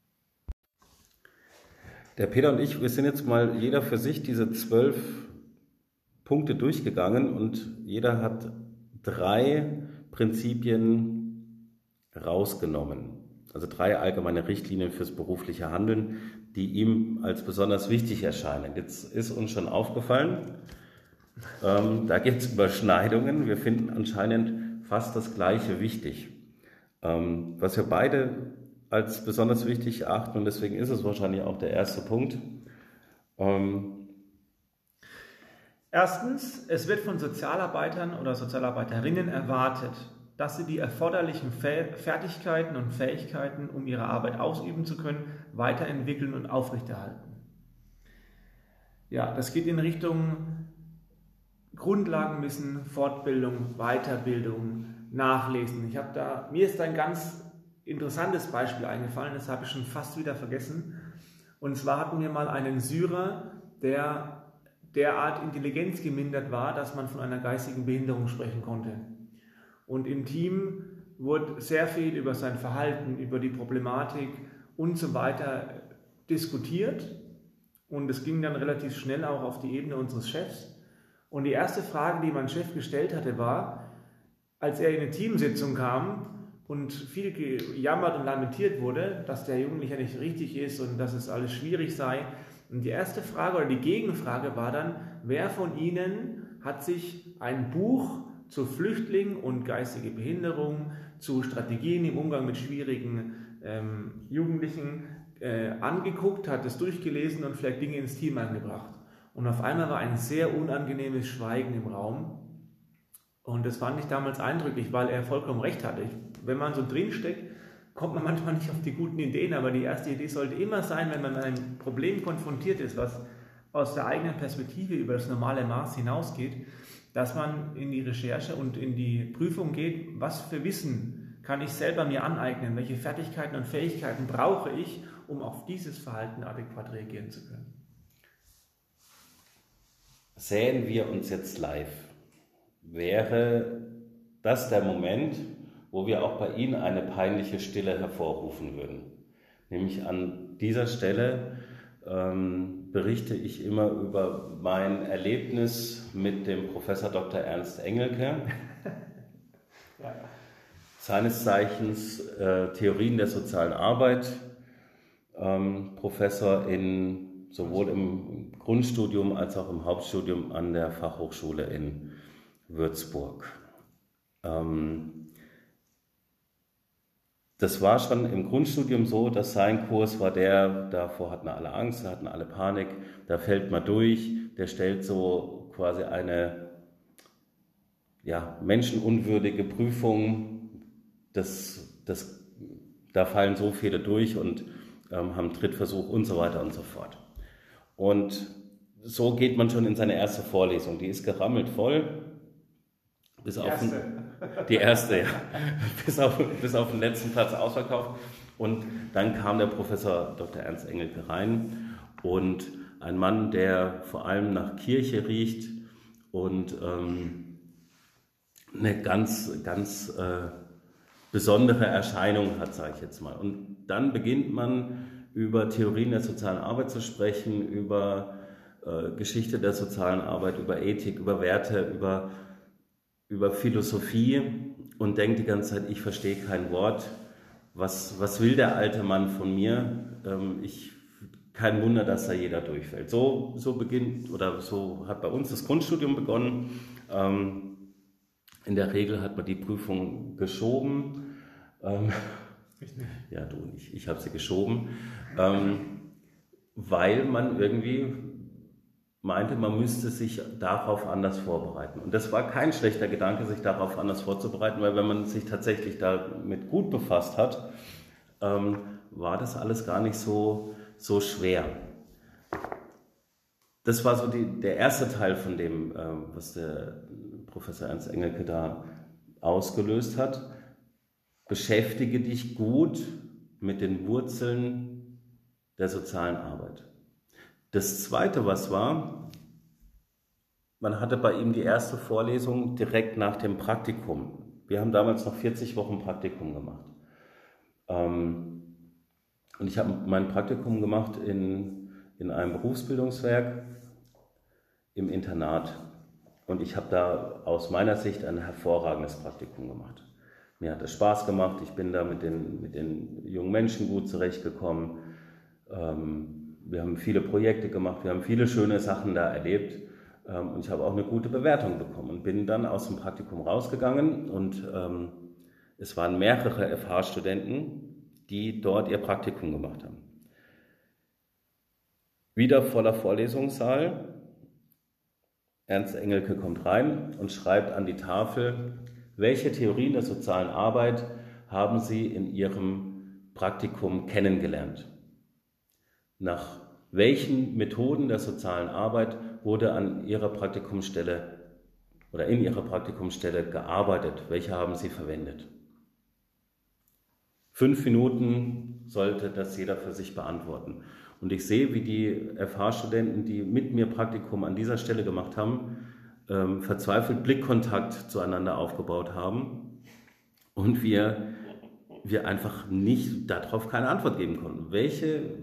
Der Peter und ich, wir sind jetzt mal jeder für sich diese 12 Punkte durchgegangen, und jeder hat 3 Prinzipien rausgenommen. Also 3 allgemeine Richtlinien fürs berufliche Handeln, die ihm als besonders wichtig erscheinen. Jetzt ist uns schon aufgefallen, da gibt es Überschneidungen. Wir finden anscheinend fast das Gleiche wichtig. Was wir beide als besonders wichtig erachten, und deswegen ist es wahrscheinlich auch der erste Punkt. Erstens, es wird von Sozialarbeitern oder Sozialarbeiterinnen erwartet, dass sie die erforderlichen Fertigkeiten und Fähigkeiten, um ihre Arbeit ausüben zu können, weiterentwickeln und aufrechterhalten. Ja, das geht in Richtung Grundlagenwissen, Fortbildung, Weiterbildung, Nachlesen. Mir ist ein ganz interessantes Beispiel eingefallen, das habe ich schon fast wieder vergessen. Und zwar hatten wir mal einen Syrer, der derart Intelligenz gemindert war, dass man von einer geistigen Behinderung sprechen konnte. Und im Team wurde sehr viel über sein Verhalten, über die Problematik und so weiter diskutiert. Und es ging dann relativ schnell auch auf die Ebene unseres Chefs. Und die erste Frage, die mein Chef gestellt hatte, war, als er in eine Teamsitzung kam und viel gejammert und lamentiert wurde, dass der Jugendliche nicht richtig ist und dass es alles schwierig sei. Und die erste Frage oder die Gegenfrage war dann, wer von Ihnen hat sich ein Buch zu Flüchtlingen und geistige Behinderung, zu Strategien im Umgang mit schwierigen Jugendlichen angeguckt, hat es durchgelesen und vielleicht Dinge ins Team eingebracht. Und auf einmal war ein sehr unangenehmes Schweigen im Raum. Und das fand ich damals eindrücklich, weil er vollkommen recht hatte. Wenn man so drinsteckt, kommt man manchmal nicht auf die guten Ideen, aber die erste Idee sollte immer sein, wenn man mit einem Problem konfrontiert ist, was aus der eigenen Perspektive über das normale Maß hinausgeht, dass man in die Recherche und in die Prüfung geht, was für Wissen kann ich selber mir aneignen, welche Fertigkeiten und Fähigkeiten brauche ich, um auf dieses Verhalten adäquat reagieren zu können. Sähen wir uns jetzt live, wäre das der Moment, wo wir auch bei Ihnen eine peinliche Stille hervorrufen würden. Nämlich an dieser Stelle berichte ich immer über mein Erlebnis mit dem Professor Dr. Ernst Engelke, ja. Seines Zeichens Theorien der sozialen Arbeit, Professor sowohl im Grundstudium als auch im Hauptstudium an der Fachhochschule in Würzburg. Das war schon im Grundstudium so, dass sein Kurs war davor hatten alle Angst, hatten alle Panik, da fällt man durch, der stellt so quasi eine menschenunwürdige Prüfung, da fallen so viele durch und haben Trittversuch und so weiter und so fort. Und so geht man schon in seine erste Vorlesung, die ist gerammelt voll. Die erste, ja. Bis auf den letzten Platz ausverkauft. Und dann kam der Professor Dr. Ernst Engelke rein und ein Mann, der vor allem nach Kirche riecht und eine ganz, ganz besondere Erscheinung hat, sage ich jetzt mal. Und dann beginnt man über Theorien der sozialen Arbeit zu sprechen, über Geschichte der sozialen Arbeit, über Ethik, über Werte, über Philosophie und denkt die ganze Zeit, ich verstehe kein Wort. Was will der alte Mann von mir? Kein Wunder, dass da jeder durchfällt. So beginnt oder so hat bei uns das Grundstudium begonnen. In der Regel hat man die Prüfung geschoben. Ich nicht. Ja, du nicht. Ich habe sie geschoben, weil man irgendwie meinte, man müsste sich darauf anders vorbereiten. Und das war kein schlechter Gedanke, sich darauf anders vorzubereiten, weil wenn man sich tatsächlich damit gut befasst hat, war das alles gar nicht so schwer. Das war so der erste Teil von dem, was der Professor Ernst Engelke da ausgelöst hat. Beschäftige dich gut mit den Wurzeln der sozialen Arbeit. Das Zweite, was war, man hatte bei ihm die erste Vorlesung direkt nach dem Praktikum. Wir haben damals noch 40 Wochen Praktikum gemacht. Und ich habe mein Praktikum gemacht in einem Berufsbildungswerk im Internat. Und ich habe da aus meiner Sicht ein hervorragendes Praktikum gemacht. Mir hat es Spaß gemacht, ich bin da mit den jungen Menschen gut zurechtgekommen. Wir haben viele Projekte gemacht, wir haben viele schöne Sachen da erlebt und ich habe auch eine gute Bewertung bekommen und bin dann aus dem Praktikum rausgegangen und es waren mehrere FH-Studenten, die dort ihr Praktikum gemacht haben. Wieder voller Vorlesungssaal. Ernst Engelke kommt rein und schreibt an die Tafel, welche Theorien der sozialen Arbeit haben Sie in Ihrem Praktikum kennengelernt? Nach welchen Methoden der sozialen Arbeit wurde an Ihrer Praktikumsstelle oder in Ihrer Praktikumsstelle gearbeitet? Welche haben Sie verwendet? 5 Minuten sollte das jeder für sich beantworten. Und ich sehe, wie die FH-Studenten, die mit mir Praktikum an dieser Stelle gemacht haben, verzweifelt Blickkontakt zueinander aufgebaut haben und wir einfach nicht darauf keine Antwort geben konnten. Welche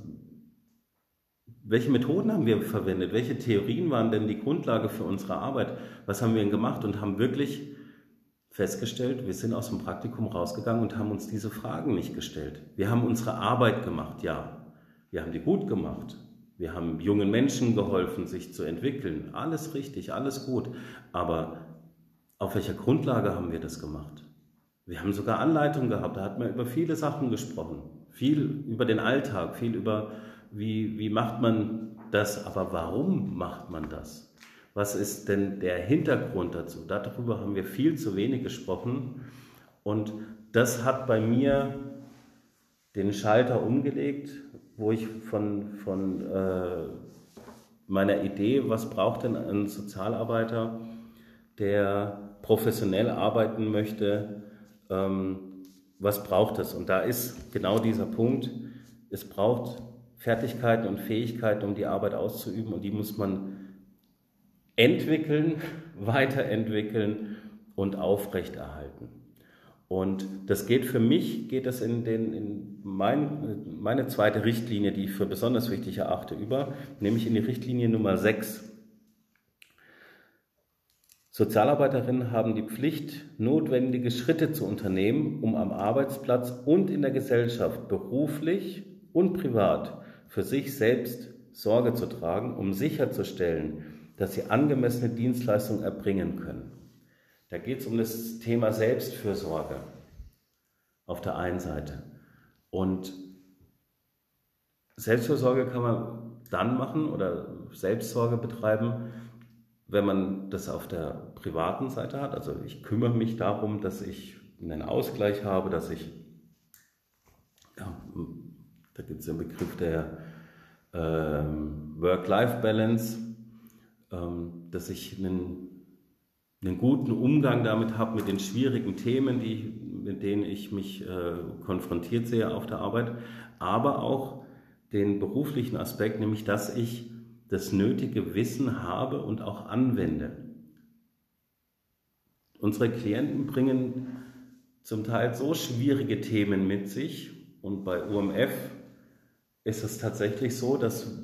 Methoden haben wir verwendet? Welche Theorien waren denn die Grundlage für unsere Arbeit? Was haben wir denn gemacht? Und haben wirklich festgestellt, wir sind aus dem Praktikum rausgegangen und haben uns diese Fragen nicht gestellt. Wir haben unsere Arbeit gemacht, ja. Wir haben die gut gemacht. Wir haben jungen Menschen geholfen, sich zu entwickeln. Alles richtig, alles gut. Aber auf welcher Grundlage haben wir das gemacht? Wir haben sogar Anleitungen gehabt, da hat man über viele Sachen gesprochen. Viel über den Alltag, viel über wie macht man das, aber warum macht man das? Was ist denn der Hintergrund dazu? Darüber haben wir viel zu wenig gesprochen. Und das hat bei mir den Schalter umgelegt, wo ich von meiner Idee, was braucht denn ein Sozialarbeiter, der professionell arbeiten möchte, was braucht es? Und da ist genau dieser Punkt, es braucht Fertigkeiten und Fähigkeiten, um die Arbeit auszuüben, und die muss man entwickeln, weiterentwickeln und aufrechterhalten. Und das geht für mich, in meine zweite Richtlinie, die ich für besonders wichtig erachte, über, nämlich in die Richtlinie Nummer 6. Sozialarbeiterinnen haben die Pflicht, notwendige Schritte zu unternehmen, um am Arbeitsplatz und in der Gesellschaft beruflich und privat für sich selbst Sorge zu tragen, um sicherzustellen, dass sie angemessene Dienstleistungen erbringen können. Da geht es um das Thema Selbstfürsorge auf der einen Seite. Und Selbstfürsorge kann man dann machen oder Selbstsorge betreiben, wenn man das auf der privaten Seite hat. Also ich kümmere mich darum, dass ich einen Ausgleich habe, dass ich, da gibt es den Begriff der Work-Life-Balance, dass ich einen guten Umgang damit habe, mit den schwierigen Themen, mit denen ich mich konfrontiert sehe auf der Arbeit, aber auch den beruflichen Aspekt, nämlich dass ich das nötige Wissen habe und auch anwende. Unsere Klienten bringen zum Teil so schwierige Themen mit sich, und bei UMF ist es tatsächlich so, dass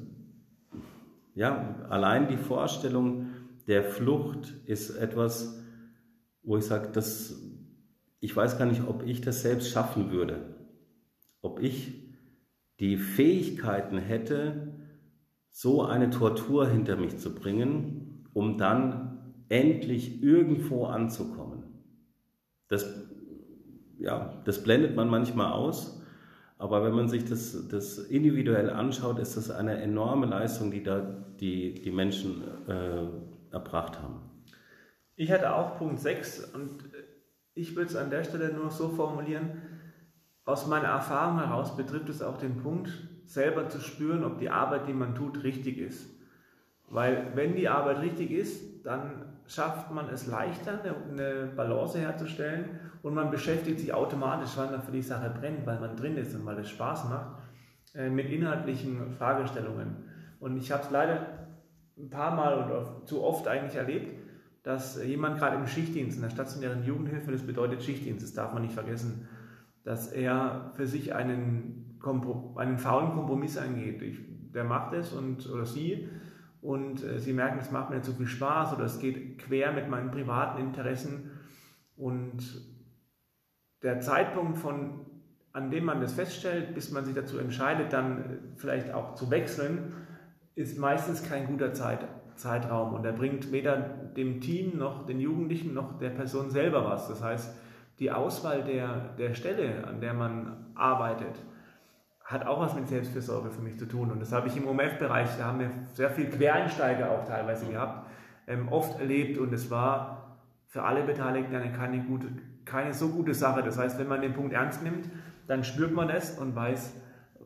allein die Vorstellung der Flucht ist etwas, wo ich sage, ich weiß gar nicht, ob ich das selbst schaffen würde, ob ich die Fähigkeiten hätte, so eine Tortur hinter mich zu bringen, um dann endlich irgendwo anzukommen. Das blendet man manchmal aus, aber wenn man sich das individuell anschaut, ist das eine enorme Leistung, die da die Menschen erbracht haben. Ich hatte auch Punkt 6 und ich würde es an der Stelle nur so formulieren, aus meiner Erfahrung heraus betrifft es auch den Punkt, selber zu spüren, ob die Arbeit, die man tut, richtig ist. Weil wenn die Arbeit richtig ist, dann schafft man es leichter, eine Balance herzustellen, und man beschäftigt sich automatisch, weil man für die Sache brennt, weil man drin ist und weil es Spaß macht, mit inhaltlichen Fragestellungen. Und ich habe es leider ein paar Mal und zu oft eigentlich erlebt, dass jemand gerade im Schichtdienst, in der stationären Jugendhilfe, das bedeutet Schichtdienst, das darf man nicht vergessen, dass er für sich einen faulen Kompromiss eingeht. Der macht es oder sie, und sie merken, es macht mir nicht so viel Spaß oder es geht quer mit meinen privaten Interessen, und der Zeitpunkt, an dem man das feststellt, bis man sich dazu entscheidet, dann vielleicht auch zu wechseln, ist meistens kein guter Zeitraum, und er bringt weder dem Team noch den Jugendlichen noch der Person selber was. Das heißt, die Auswahl der Stelle, an der man arbeitet, hat auch was mit Selbstfürsorge für mich zu tun. Und das habe ich im OMF-Bereich, da haben wir sehr viel Quereinsteiger auch teilweise gehabt, oft erlebt, und es war für alle Beteiligten keine so gute Sache. Das heißt, wenn man den Punkt ernst nimmt, dann spürt man es und weiß,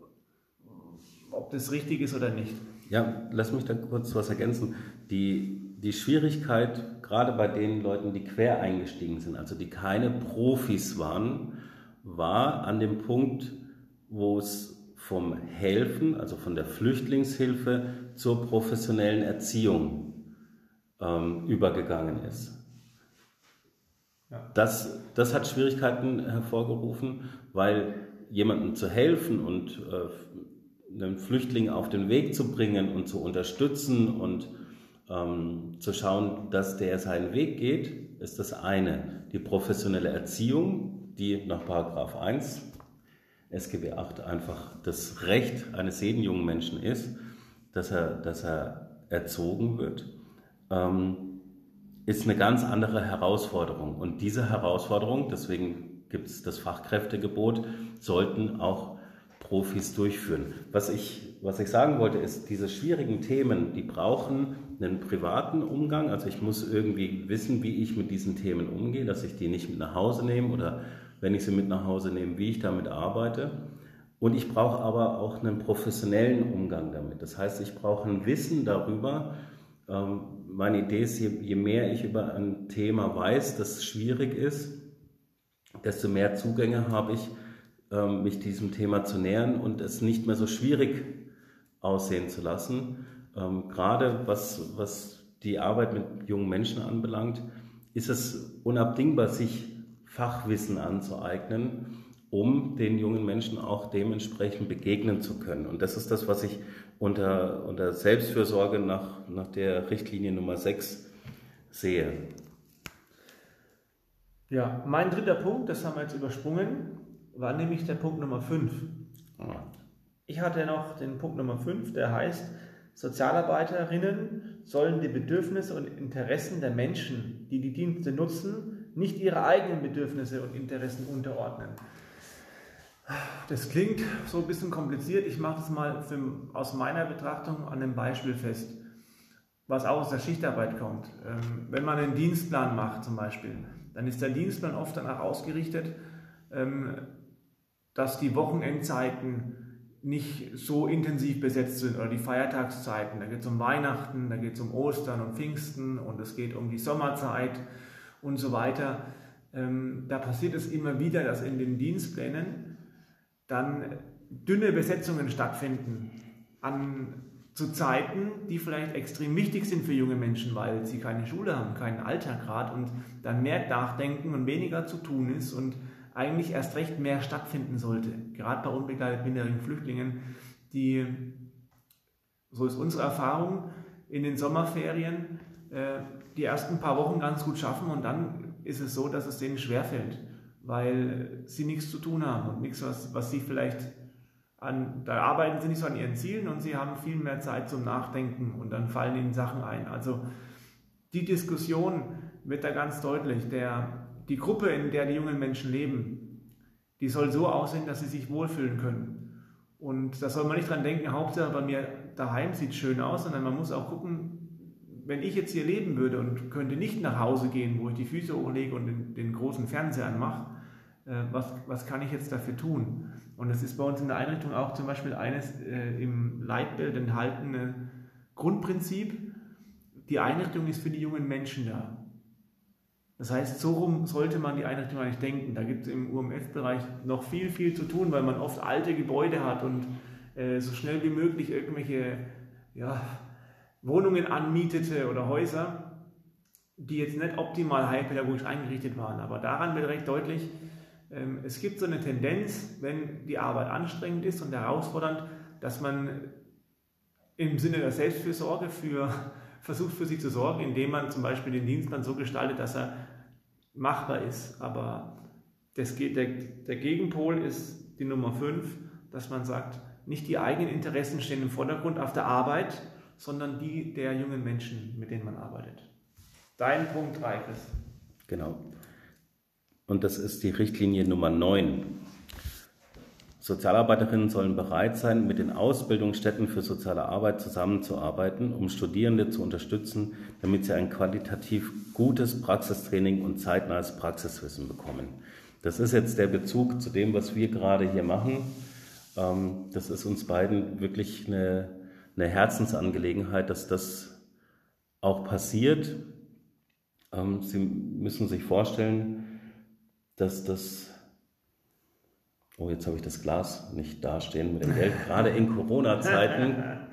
ob das richtig ist oder nicht. Ja, lass mich da kurz was ergänzen. Die Schwierigkeit, gerade bei den Leuten, die quer eingestiegen sind, also die keine Profis waren, war an dem Punkt, wo es vom Helfen, also von der Flüchtlingshilfe zur professionellen Erziehung übergegangen ist. Ja. Das hat Schwierigkeiten hervorgerufen, weil jemandem zu helfen und einen Flüchtling auf den Weg zu bringen und zu unterstützen und zu schauen, dass der seinen Weg geht, ist das eine. Die professionelle Erziehung, die nach § 1 SGB 8 einfach das Recht eines jeden jungen Menschen ist, dass er erzogen wird, ist eine ganz andere Herausforderung. Und diese Herausforderung, deswegen gibt es das Fachkräftegebot, sollten auch Profis durchführen. Was ich sagen wollte, ist, diese schwierigen Themen, die brauchen einen privaten Umgang. Also ich muss irgendwie wissen, wie ich mit diesen Themen umgehe, dass ich die nicht mit nach Hause nehme oder wenn ich sie mit nach Hause nehme, wie ich damit arbeite. Und ich brauche aber auch einen professionellen Umgang damit. Das heißt, ich brauche ein Wissen darüber. Meine Idee ist, je mehr ich über ein Thema weiß, das schwierig ist, desto mehr Zugänge habe ich, mich diesem Thema zu nähern und es nicht mehr so schwierig aussehen zu lassen. Gerade was die Arbeit mit jungen Menschen anbelangt, ist es unabdingbar, sich Fachwissen anzueignen, um den jungen Menschen auch dementsprechend begegnen zu können. Und das ist das, was ich unter Selbstfürsorge nach der Richtlinie Nummer 6 sehe. Ja, mein dritter Punkt, das haben wir jetzt übersprungen, war nämlich der Punkt Nummer 5. Ich hatte noch den Punkt Nummer 5, der heißt, Sozialarbeiterinnen sollen die Bedürfnisse und Interessen der Menschen, die die Dienste nutzen, nicht ihre eigenen Bedürfnisse und Interessen unterordnen. Das klingt so ein bisschen kompliziert. Ich mache das mal aus meiner Betrachtung an einem Beispiel fest, was auch aus der Schichtarbeit kommt. Wenn man einen Dienstplan macht zum Beispiel, dann ist der Dienstplan oft danach ausgerichtet, dass die Wochenendzeiten nicht so intensiv besetzt sind oder die Feiertagszeiten. Da geht es um Weihnachten, da geht es um Ostern und Pfingsten und es geht um die Sommerzeit und so weiter. Da passiert es immer wieder, dass in den Dienstplänen dann dünne Besetzungen stattfinden zu Zeiten, die vielleicht extrem wichtig sind für junge Menschen, weil sie keine Schule haben, keinen Alltag gerade und dann mehr nachdenken und weniger zu tun ist und eigentlich erst recht mehr stattfinden sollte. Gerade bei unbegleiteten minderjährigen Flüchtlingen, die, so ist unsere Erfahrung, in den Sommerferien die ersten paar Wochen ganz gut schaffen und dann ist es so, dass es denen schwerfällt, weil sie nichts zu tun haben und nichts, was sie vielleicht da arbeiten sie nicht so an ihren Zielen und sie haben viel mehr Zeit zum Nachdenken und dann fallen ihnen Sachen ein. Also die Diskussion wird da ganz deutlich. Die Gruppe, in der die jungen Menschen leben, die soll so aussehen, dass sie sich wohlfühlen können. Und da soll man nicht dran denken, Hauptsache bei mir daheim sieht schön aus, sondern man muss auch gucken, wenn ich jetzt hier leben würde und könnte nicht nach Hause gehen, wo ich die Füße hochlege und den großen Fernseher anmache, was kann ich jetzt dafür tun? Und es ist bei uns in der Einrichtung auch zum Beispiel eines im Leitbild enthaltene Grundprinzip, die Einrichtung ist für die jungen Menschen da. Das heißt, so rum sollte man die Einrichtung eigentlich denken. Da gibt es im UMF-Bereich noch viel, viel zu tun, weil man oft alte Gebäude hat und so schnell wie möglich irgendwelche Wohnungen anmietete oder Häuser, die jetzt nicht optimal heilpädagogisch eingerichtet waren. Aber daran wird recht deutlich, es gibt so eine Tendenz, wenn die Arbeit anstrengend ist und herausfordernd, dass man im Sinne der Selbstfürsorge versucht für sie zu sorgen, indem man zum Beispiel den Dienstplan so gestaltet, dass er machbar ist. Aber der Gegenpol ist die Nummer 5, dass man sagt, nicht die eigenen Interessen stehen im Vordergrund auf der Arbeit, sondern die der jungen Menschen, mit denen man arbeitet. Dein Punkt 3, Chris. Genau. Und das ist die Richtlinie Nummer 9. Sozialarbeiterinnen sollen bereit sein, mit den Ausbildungsstätten für soziale Arbeit zusammenzuarbeiten, um Studierende zu unterstützen, damit sie ein qualitativ gutes Praxistraining und zeitnahes Praxiswissen bekommen. Das ist jetzt der Bezug zu dem, was wir gerade hier machen. Das ist uns beiden wirklich eine Herzensangelegenheit, dass das auch passiert. Sie müssen sich vorstellen, dass das Oh, jetzt habe ich das Glas nicht dastehen mit dem Geld. Gerade in Corona-Zeiten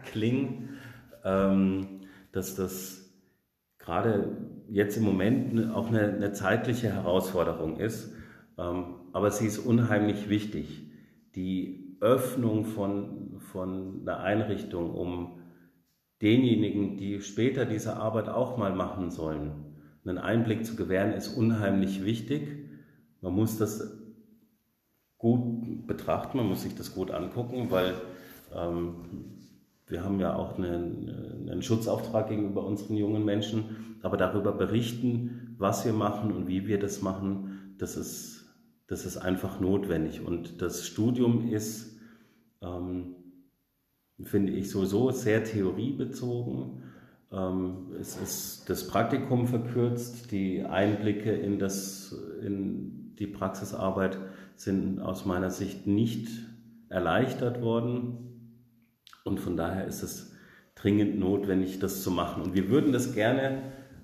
dass das gerade jetzt im Moment auch eine zeitliche Herausforderung ist. Aber sie ist unheimlich wichtig. Die Öffnung von einer Einrichtung, um denjenigen, die später diese Arbeit auch mal machen sollen, einen Einblick zu gewähren, ist unheimlich wichtig. Man muss das gut betrachten, man muss sich das gut angucken, weil wir haben ja auch einen Schutzauftrag gegenüber unseren jungen Menschen, aber darüber berichten, was wir machen und wie wir das machen, das ist einfach notwendig. Und das Studium ist, finde ich, sowieso sehr theoriebezogen. Es ist das Praktikum verkürzt, die Einblicke in die Praxisarbeit sind aus meiner Sicht nicht erleichtert worden. Und von daher ist es dringend notwendig, das zu machen. Und wir würden das gerne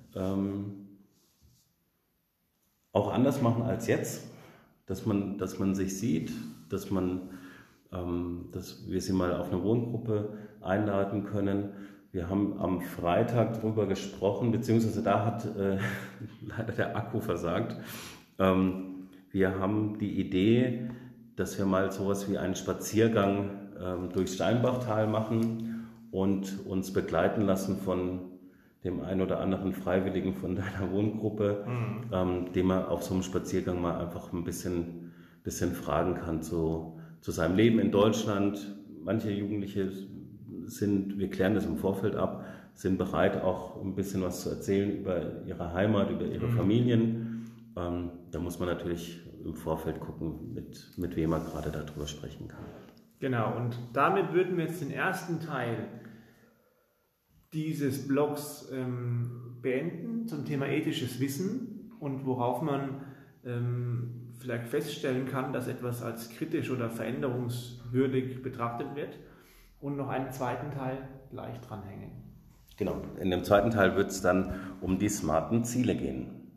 auch anders machen als jetzt, dass man sich sieht, dass wir sie mal auf eine Wohngruppe einladen können. Wir haben am Freitag darüber gesprochen, beziehungsweise da hat leider der Akku versagt. Wir haben die Idee, dass wir mal sowas wie einen Spaziergang durchs Steinbachtal machen und uns begleiten lassen von dem einen oder anderen Freiwilligen von deiner Wohngruppe, dem man auf so einem Spaziergang mal einfach ein bisschen fragen kann zu seinem Leben in Deutschland. Manche Jugendliche wir klären das im Vorfeld ab, sind bereit, auch ein bisschen was zu erzählen über ihre Heimat, über ihre Familien. Da muss man natürlich im Vorfeld gucken, mit wem man gerade darüber sprechen kann. Genau, und damit würden wir jetzt den ersten Teil dieses Blogs beenden zum Thema ethisches Wissen und worauf man vielleicht feststellen kann, dass etwas als kritisch oder veränderungswürdig betrachtet wird, und noch einen zweiten Teil gleich dranhängen. Genau, in dem zweiten Teil wird es dann um die smarten Ziele gehen.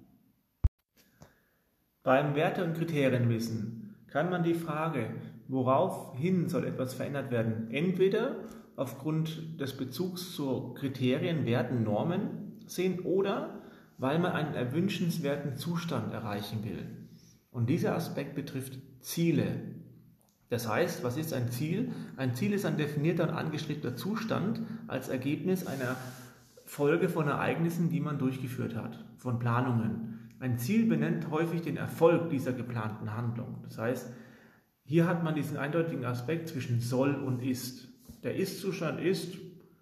Beim Werte- und Kriterienwissen kann man die Frage, woraufhin soll etwas verändert werden, entweder aufgrund des Bezugs zu Kriterien, Werten, Normen sehen oder weil man einen erwünschenswerten Zustand erreichen will. Und dieser Aspekt betrifft Ziele. Das heißt, was ist ein Ziel? Ein Ziel ist ein definierter und angestrebter Zustand als Ergebnis einer Folge von Ereignissen, die man durchgeführt hat, von Planungen. Ein Ziel benennt häufig den Erfolg dieser geplanten Handlung. Das heißt, hier hat man diesen eindeutigen Aspekt zwischen soll und ist. Der Ist-Zustand ist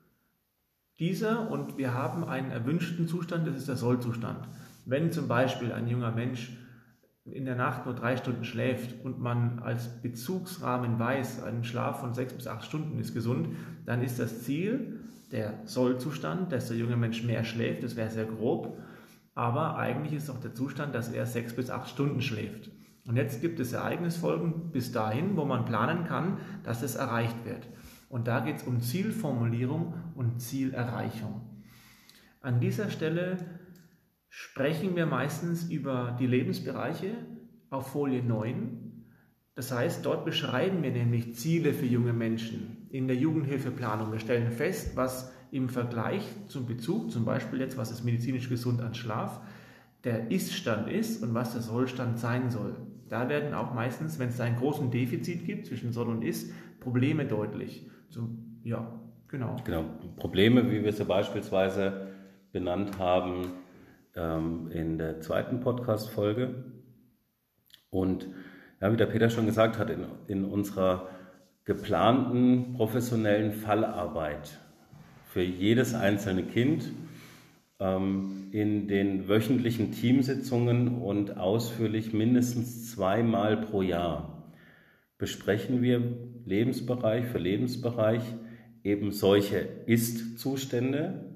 dieser und wir haben einen erwünschten Zustand, das ist der Soll-Zustand. Wenn zum Beispiel ein junger Mensch in der Nacht nur 3 Stunden schläft und man als Bezugsrahmen weiß, ein Schlaf von 6 bis 8 Stunden ist gesund, dann ist das Ziel der Soll-Zustand, dass der junge Mensch mehr schläft, das wäre sehr grob, aber eigentlich ist auch der Zustand, dass er 6 bis 8 Stunden schläft. Und jetzt gibt es Ereignisfolgen bis dahin, wo man planen kann, dass es erreicht wird. Und da geht es um Zielformulierung und Zielerreichung. An dieser Stelle sprechen wir meistens über die Lebensbereiche auf Folie 9. Das heißt, dort beschreiben wir nämlich Ziele für junge Menschen in der Jugendhilfeplanung. Wir stellen fest, was im Vergleich zum Bezug, zum Beispiel jetzt, was ist medizinisch gesund an Schlaf, der Ist-Stand ist und was der Soll-Stand sein soll. Da werden auch meistens, wenn es da einen großen Defizit gibt zwischen Soll und Ist, Probleme deutlich. Genau. Probleme, wie wir sie beispielsweise benannt haben in der zweiten Podcast-Folge. Und ja, wie der Peter schon gesagt hat, in unserer geplanten professionellen Fallarbeit für jedes einzelne Kind, in den wöchentlichen Teamsitzungen und ausführlich mindestens 2-mal pro Jahr besprechen wir Lebensbereich für Lebensbereich eben solche Ist-Zustände,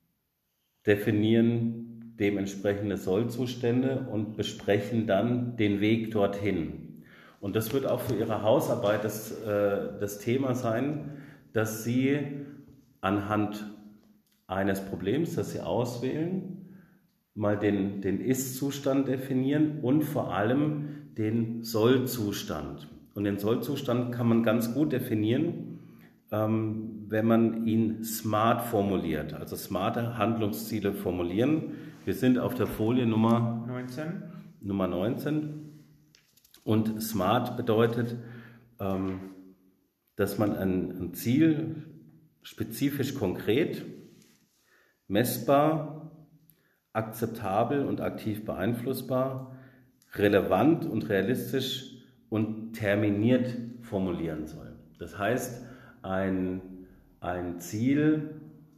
definieren dementsprechende Soll-Zustände und besprechen dann den Weg dorthin. Und das wird auch für Ihre Hausarbeit das Thema sein, dass Sie anhand eines Problems, das Sie auswählen, mal den Ist-Zustand definieren und vor allem den Soll-Zustand. Und den Sollzustand kann man ganz gut definieren, wenn man ihn SMART formuliert, also smarte Handlungsziele formulieren. Wir sind auf der Folie Nummer 19. Und SMART bedeutet, dass man ein Ziel spezifisch konkret, messbar, akzeptabel und aktiv beeinflussbar, relevant und realistisch und terminiert formulieren soll. Das heißt, ein Ziel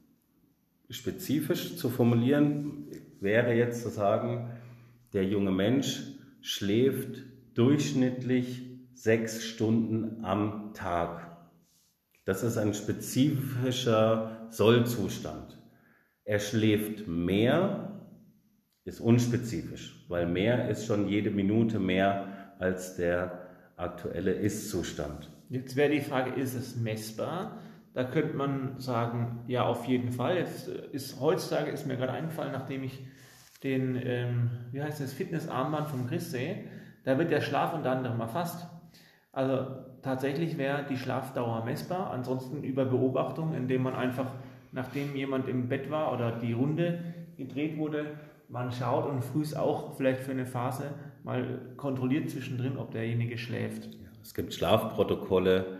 spezifisch zu formulieren wäre jetzt zu sagen, der junge Mensch schläft durchschnittlich 6 Stunden am Tag. Das ist ein spezifischer Sollzustand. Er schläft mehr, ist unspezifisch, weil mehr ist schon jede Minute mehr als der aktuelle Ist-Zustand. Jetzt wäre die Frage, ist es messbar? Da könnte man sagen, ja, auf jeden Fall. Heutzutage ist mir gerade eingefallen, nachdem ich den, Fitnessarmband vom Chris sehe, da wird der Schlaf unter anderem erfasst. Also tatsächlich wäre die Schlafdauer messbar, ansonsten über Beobachtung, indem man einfach, nachdem jemand im Bett war oder die Runde gedreht wurde, man schaut und frühs auch vielleicht für eine Phase mal kontrolliert zwischendrin, ob derjenige schläft. Ja, es gibt Schlafprotokolle,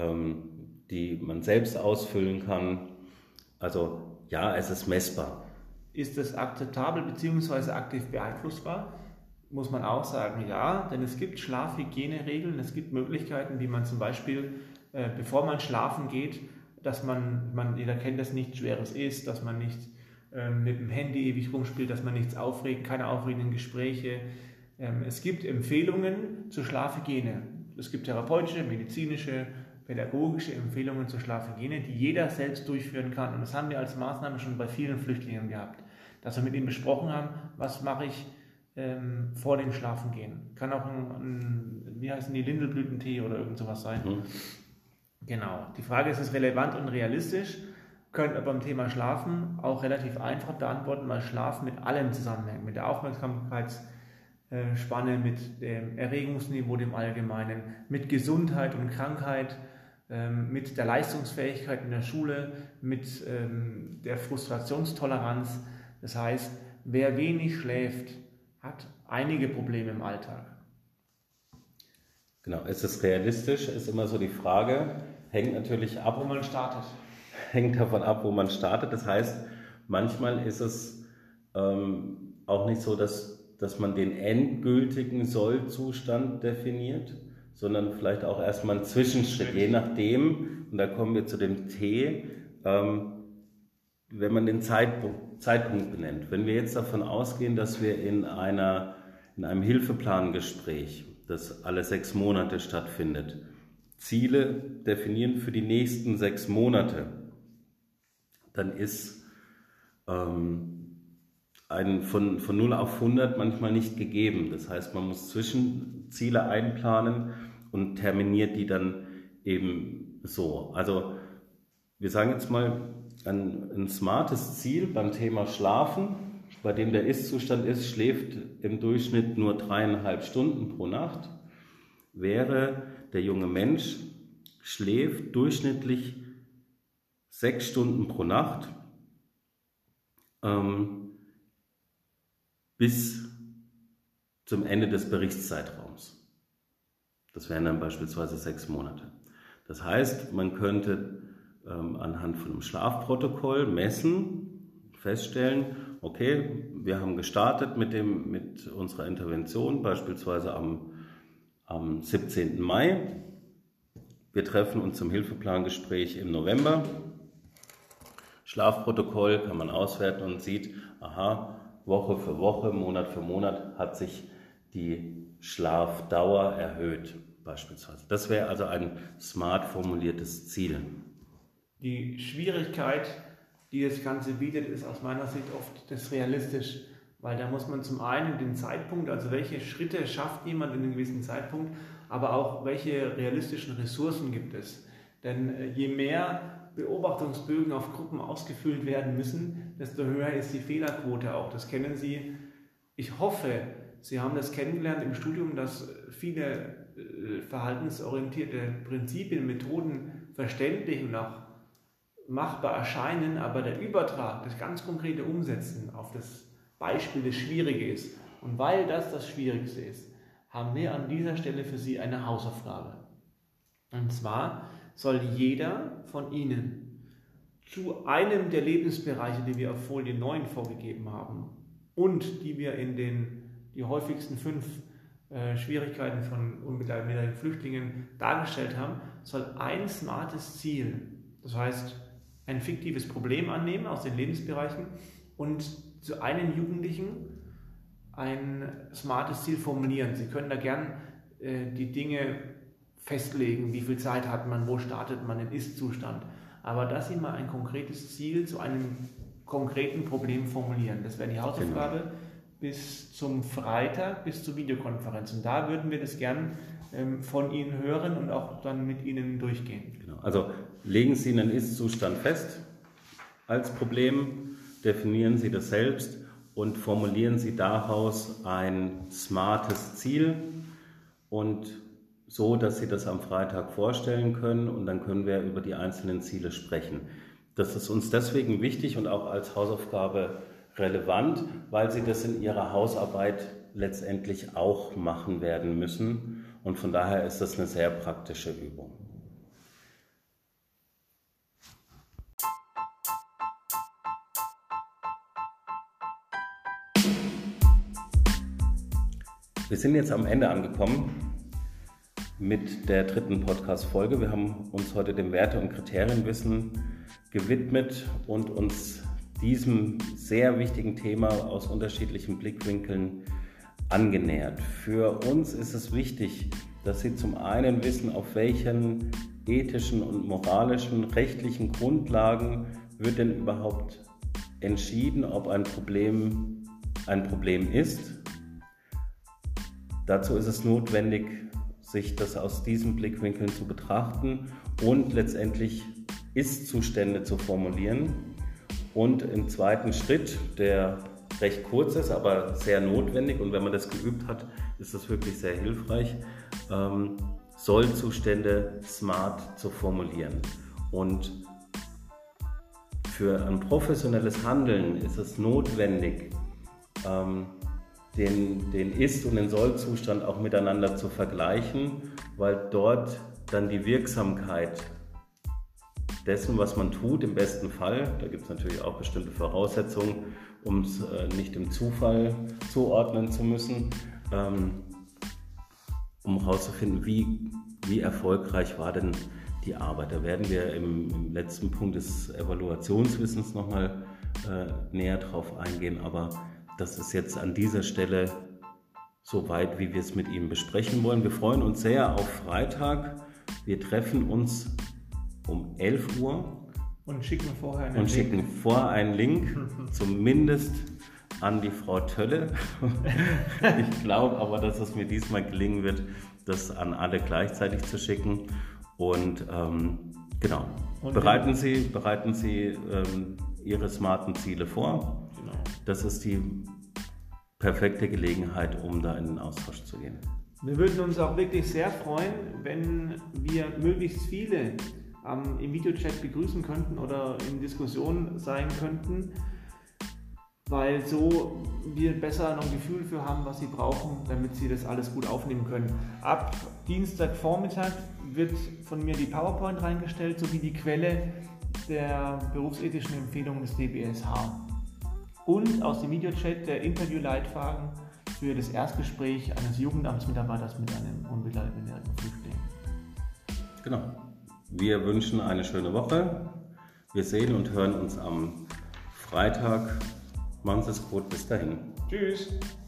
die man selbst ausfüllen kann. Also ja, es ist messbar. Ist es akzeptabel bzw. aktiv beeinflussbar? Muss man auch sagen, ja, denn es gibt Schlafhygieneregeln, es gibt Möglichkeiten, wie man zum Beispiel, bevor man schlafen geht, dass jeder kennt das, nichts Schweres isst, dass man nicht mit dem Handy ewig rumspielt, dass man nichts aufregt, keine aufregenden Gespräche. Es gibt Empfehlungen zur Schlafhygiene. Es gibt therapeutische, medizinische, pädagogische Empfehlungen zur Schlafhygiene, die jeder selbst durchführen kann. Und das haben wir als Maßnahme schon bei vielen Flüchtlingen gehabt, dass wir mit ihnen besprochen haben, was mache ich vor dem Schlafengehen. Kann auch die Lindelblütentee oder irgend sowas sein. Genau. Die Frage ist, relevant und realistisch? Könnte man beim Thema Schlafen auch relativ einfach beantworten, weil Schlaf mit allem zusammenhängt. Mit der Aufmerksamkeitsspanne, mit dem Erregungsniveau, dem Allgemeinen, mit Gesundheit und Krankheit, mit der Leistungsfähigkeit in der Schule, mit der Frustrationstoleranz. Das heißt, wer wenig schläft, hat einige Probleme im Alltag. Genau, ist es realistisch, ist immer so die Frage, hängt natürlich ab, wo man startet. Hängt davon ab, wo man startet. Das heißt, manchmal ist es auch nicht so, dass man den endgültigen Sollzustand definiert, sondern vielleicht auch erstmal einen Zwischenschritt, je nachdem, und da kommen wir zu dem T, wenn man den Zeitpunkt benennt. Wenn wir jetzt davon ausgehen, dass wir in einem Hilfeplangespräch, das alle 6 Monate stattfindet, Ziele definieren für die nächsten 6 Monate, dann ist von 0 auf 100 manchmal nicht gegeben. Das heißt, man muss Zwischenziele einplanen und terminiert die dann eben so. Also wir sagen jetzt mal, ein smartes Ziel beim Thema Schlafen, bei dem der Ist-Zustand ist, schläft im Durchschnitt nur 3,5 Stunden pro Nacht, wäre, der junge Mensch schläft durchschnittlich 6 Stunden pro Nacht bis zum Ende des Berichtszeitraums. Das wären dann beispielsweise 6 Monate. Das heißt, man könnte anhand von einem Schlafprotokoll messen, feststellen, okay, wir haben gestartet mit unserer Intervention, beispielsweise am 17. Mai. Wir treffen uns zum Hilfeplangespräch im November. Schlafprotokoll kann man auswerten und sieht, aha, Woche für Woche, Monat für Monat hat sich die Schlafdauer erhöht, beispielsweise. Das wäre also ein smart formuliertes Ziel. Die Schwierigkeit, die das Ganze bietet, ist aus meiner Sicht oft das realistisch, weil da muss man zum einen den Zeitpunkt, also welche Schritte schafft jemand in einem gewissen Zeitpunkt, aber auch welche realistischen Ressourcen gibt es. Denn je mehr Beobachtungsbögen auf Gruppen ausgefüllt werden müssen, desto höher ist die Fehlerquote auch. Das kennen Sie. Ich hoffe, Sie haben das kennengelernt im Studium, dass viele verhaltensorientierte Prinzipien, Methoden verständlich und auch machbar erscheinen, aber der Übertrag, das ganz konkrete Umsetzen auf das Beispiel das Schwierige ist. Und weil das Schwierigste ist, haben wir an dieser Stelle für Sie eine Hausaufgabe. Und zwar soll jeder von Ihnen zu einem der Lebensbereiche, die wir auf Folie 9 vorgegeben haben und die wir in die häufigsten 5 Schwierigkeiten von unbegleiteten Flüchtlingen dargestellt haben, soll ein smartes Ziel, das heißt ein fiktives Problem annehmen aus den Lebensbereichen und zu einem Jugendlichen ein smartes Ziel formulieren. Sie können da gern die Dinge festlegen, wie viel Zeit hat man, wo startet man den Ist-Zustand. Aber dass Sie mal ein konkretes Ziel zu einem konkreten Problem formulieren. Das wäre die Hausaufgabe bis zum Freitag, bis zur Videokonferenz. Und da würden wir das gern von Ihnen hören und auch dann mit Ihnen durchgehen. Genau. Also legen Sie einen Ist-Zustand fest als Problem, definieren Sie das selbst und formulieren Sie daraus ein smartes Ziel und so, dass Sie das am Freitag vorstellen können und dann können wir über die einzelnen Ziele sprechen. Das ist uns deswegen wichtig und auch als Hausaufgabe relevant, weil Sie das in Ihrer Hausarbeit letztendlich auch machen werden müssen und von daher ist das eine sehr praktische Übung. Wir sind jetzt am Ende angekommen mit der 3. Podcast-Folge. Wir haben uns heute dem Werte- und Kriterienwissen gewidmet und uns diesem sehr wichtigen Thema aus unterschiedlichen Blickwinkeln angenähert. Für uns ist es wichtig, dass Sie zum einen wissen, auf welchen ethischen und moralischen, rechtlichen Grundlagen wird denn überhaupt entschieden, ob ein Problem ist. Dazu ist es notwendig, sich das aus diesen Blickwinkeln zu betrachten und letztendlich Ist-Zustände zu formulieren. Und im zweiten Schritt, der recht kurz ist, aber sehr notwendig und wenn man das geübt hat, ist das wirklich sehr hilfreich, Soll-Zustände smart zu formulieren. Und für ein professionelles Handeln ist es notwendig, den Ist- und den Soll-Zustand auch miteinander zu vergleichen, weil dort dann die Wirksamkeit dessen, was man tut, im besten Fall, da gibt es natürlich auch bestimmte Voraussetzungen, um es nicht dem Zufall zuordnen zu müssen, um herauszufinden, wie erfolgreich war denn die Arbeit. Da werden wir im letzten Punkt des Evaluationswissens nochmal näher drauf eingehen, aber das ist jetzt an dieser Stelle so weit, wie wir es mit Ihnen besprechen wollen. Wir freuen uns sehr auf Freitag. Wir treffen uns um 11 Uhr und schicken vorher einen Link, zumindest an die Frau Tölle. Ich glaube aber, dass es mir diesmal gelingen wird, das an alle gleichzeitig zu schicken. Und genau, und bereiten Sie Ihre smarten Ziele vor. Genau. Das ist die perfekte Gelegenheit, um da in den Austausch zu gehen. Wir würden uns auch wirklich sehr freuen, wenn wir möglichst viele im Videochat begrüßen könnten oder in Diskussion sein könnten, weil so wir besser noch ein Gefühl für haben, was Sie brauchen, damit Sie das alles gut aufnehmen können. Ab Dienstagvormittag wird von mir die PowerPoint reingestellt, sowie die Quelle der berufsethischen Empfehlungen des DBSH. Und aus dem Videochat der Interviewleitfaden für das Erstgespräch eines Jugendamtsmitarbeiters mit einem unbegleiteten Flüchtling. Genau. Wir wünschen eine schöne Woche. Wir sehen und hören uns am Freitag. Machen Sie es gut. Bis dahin. Tschüss.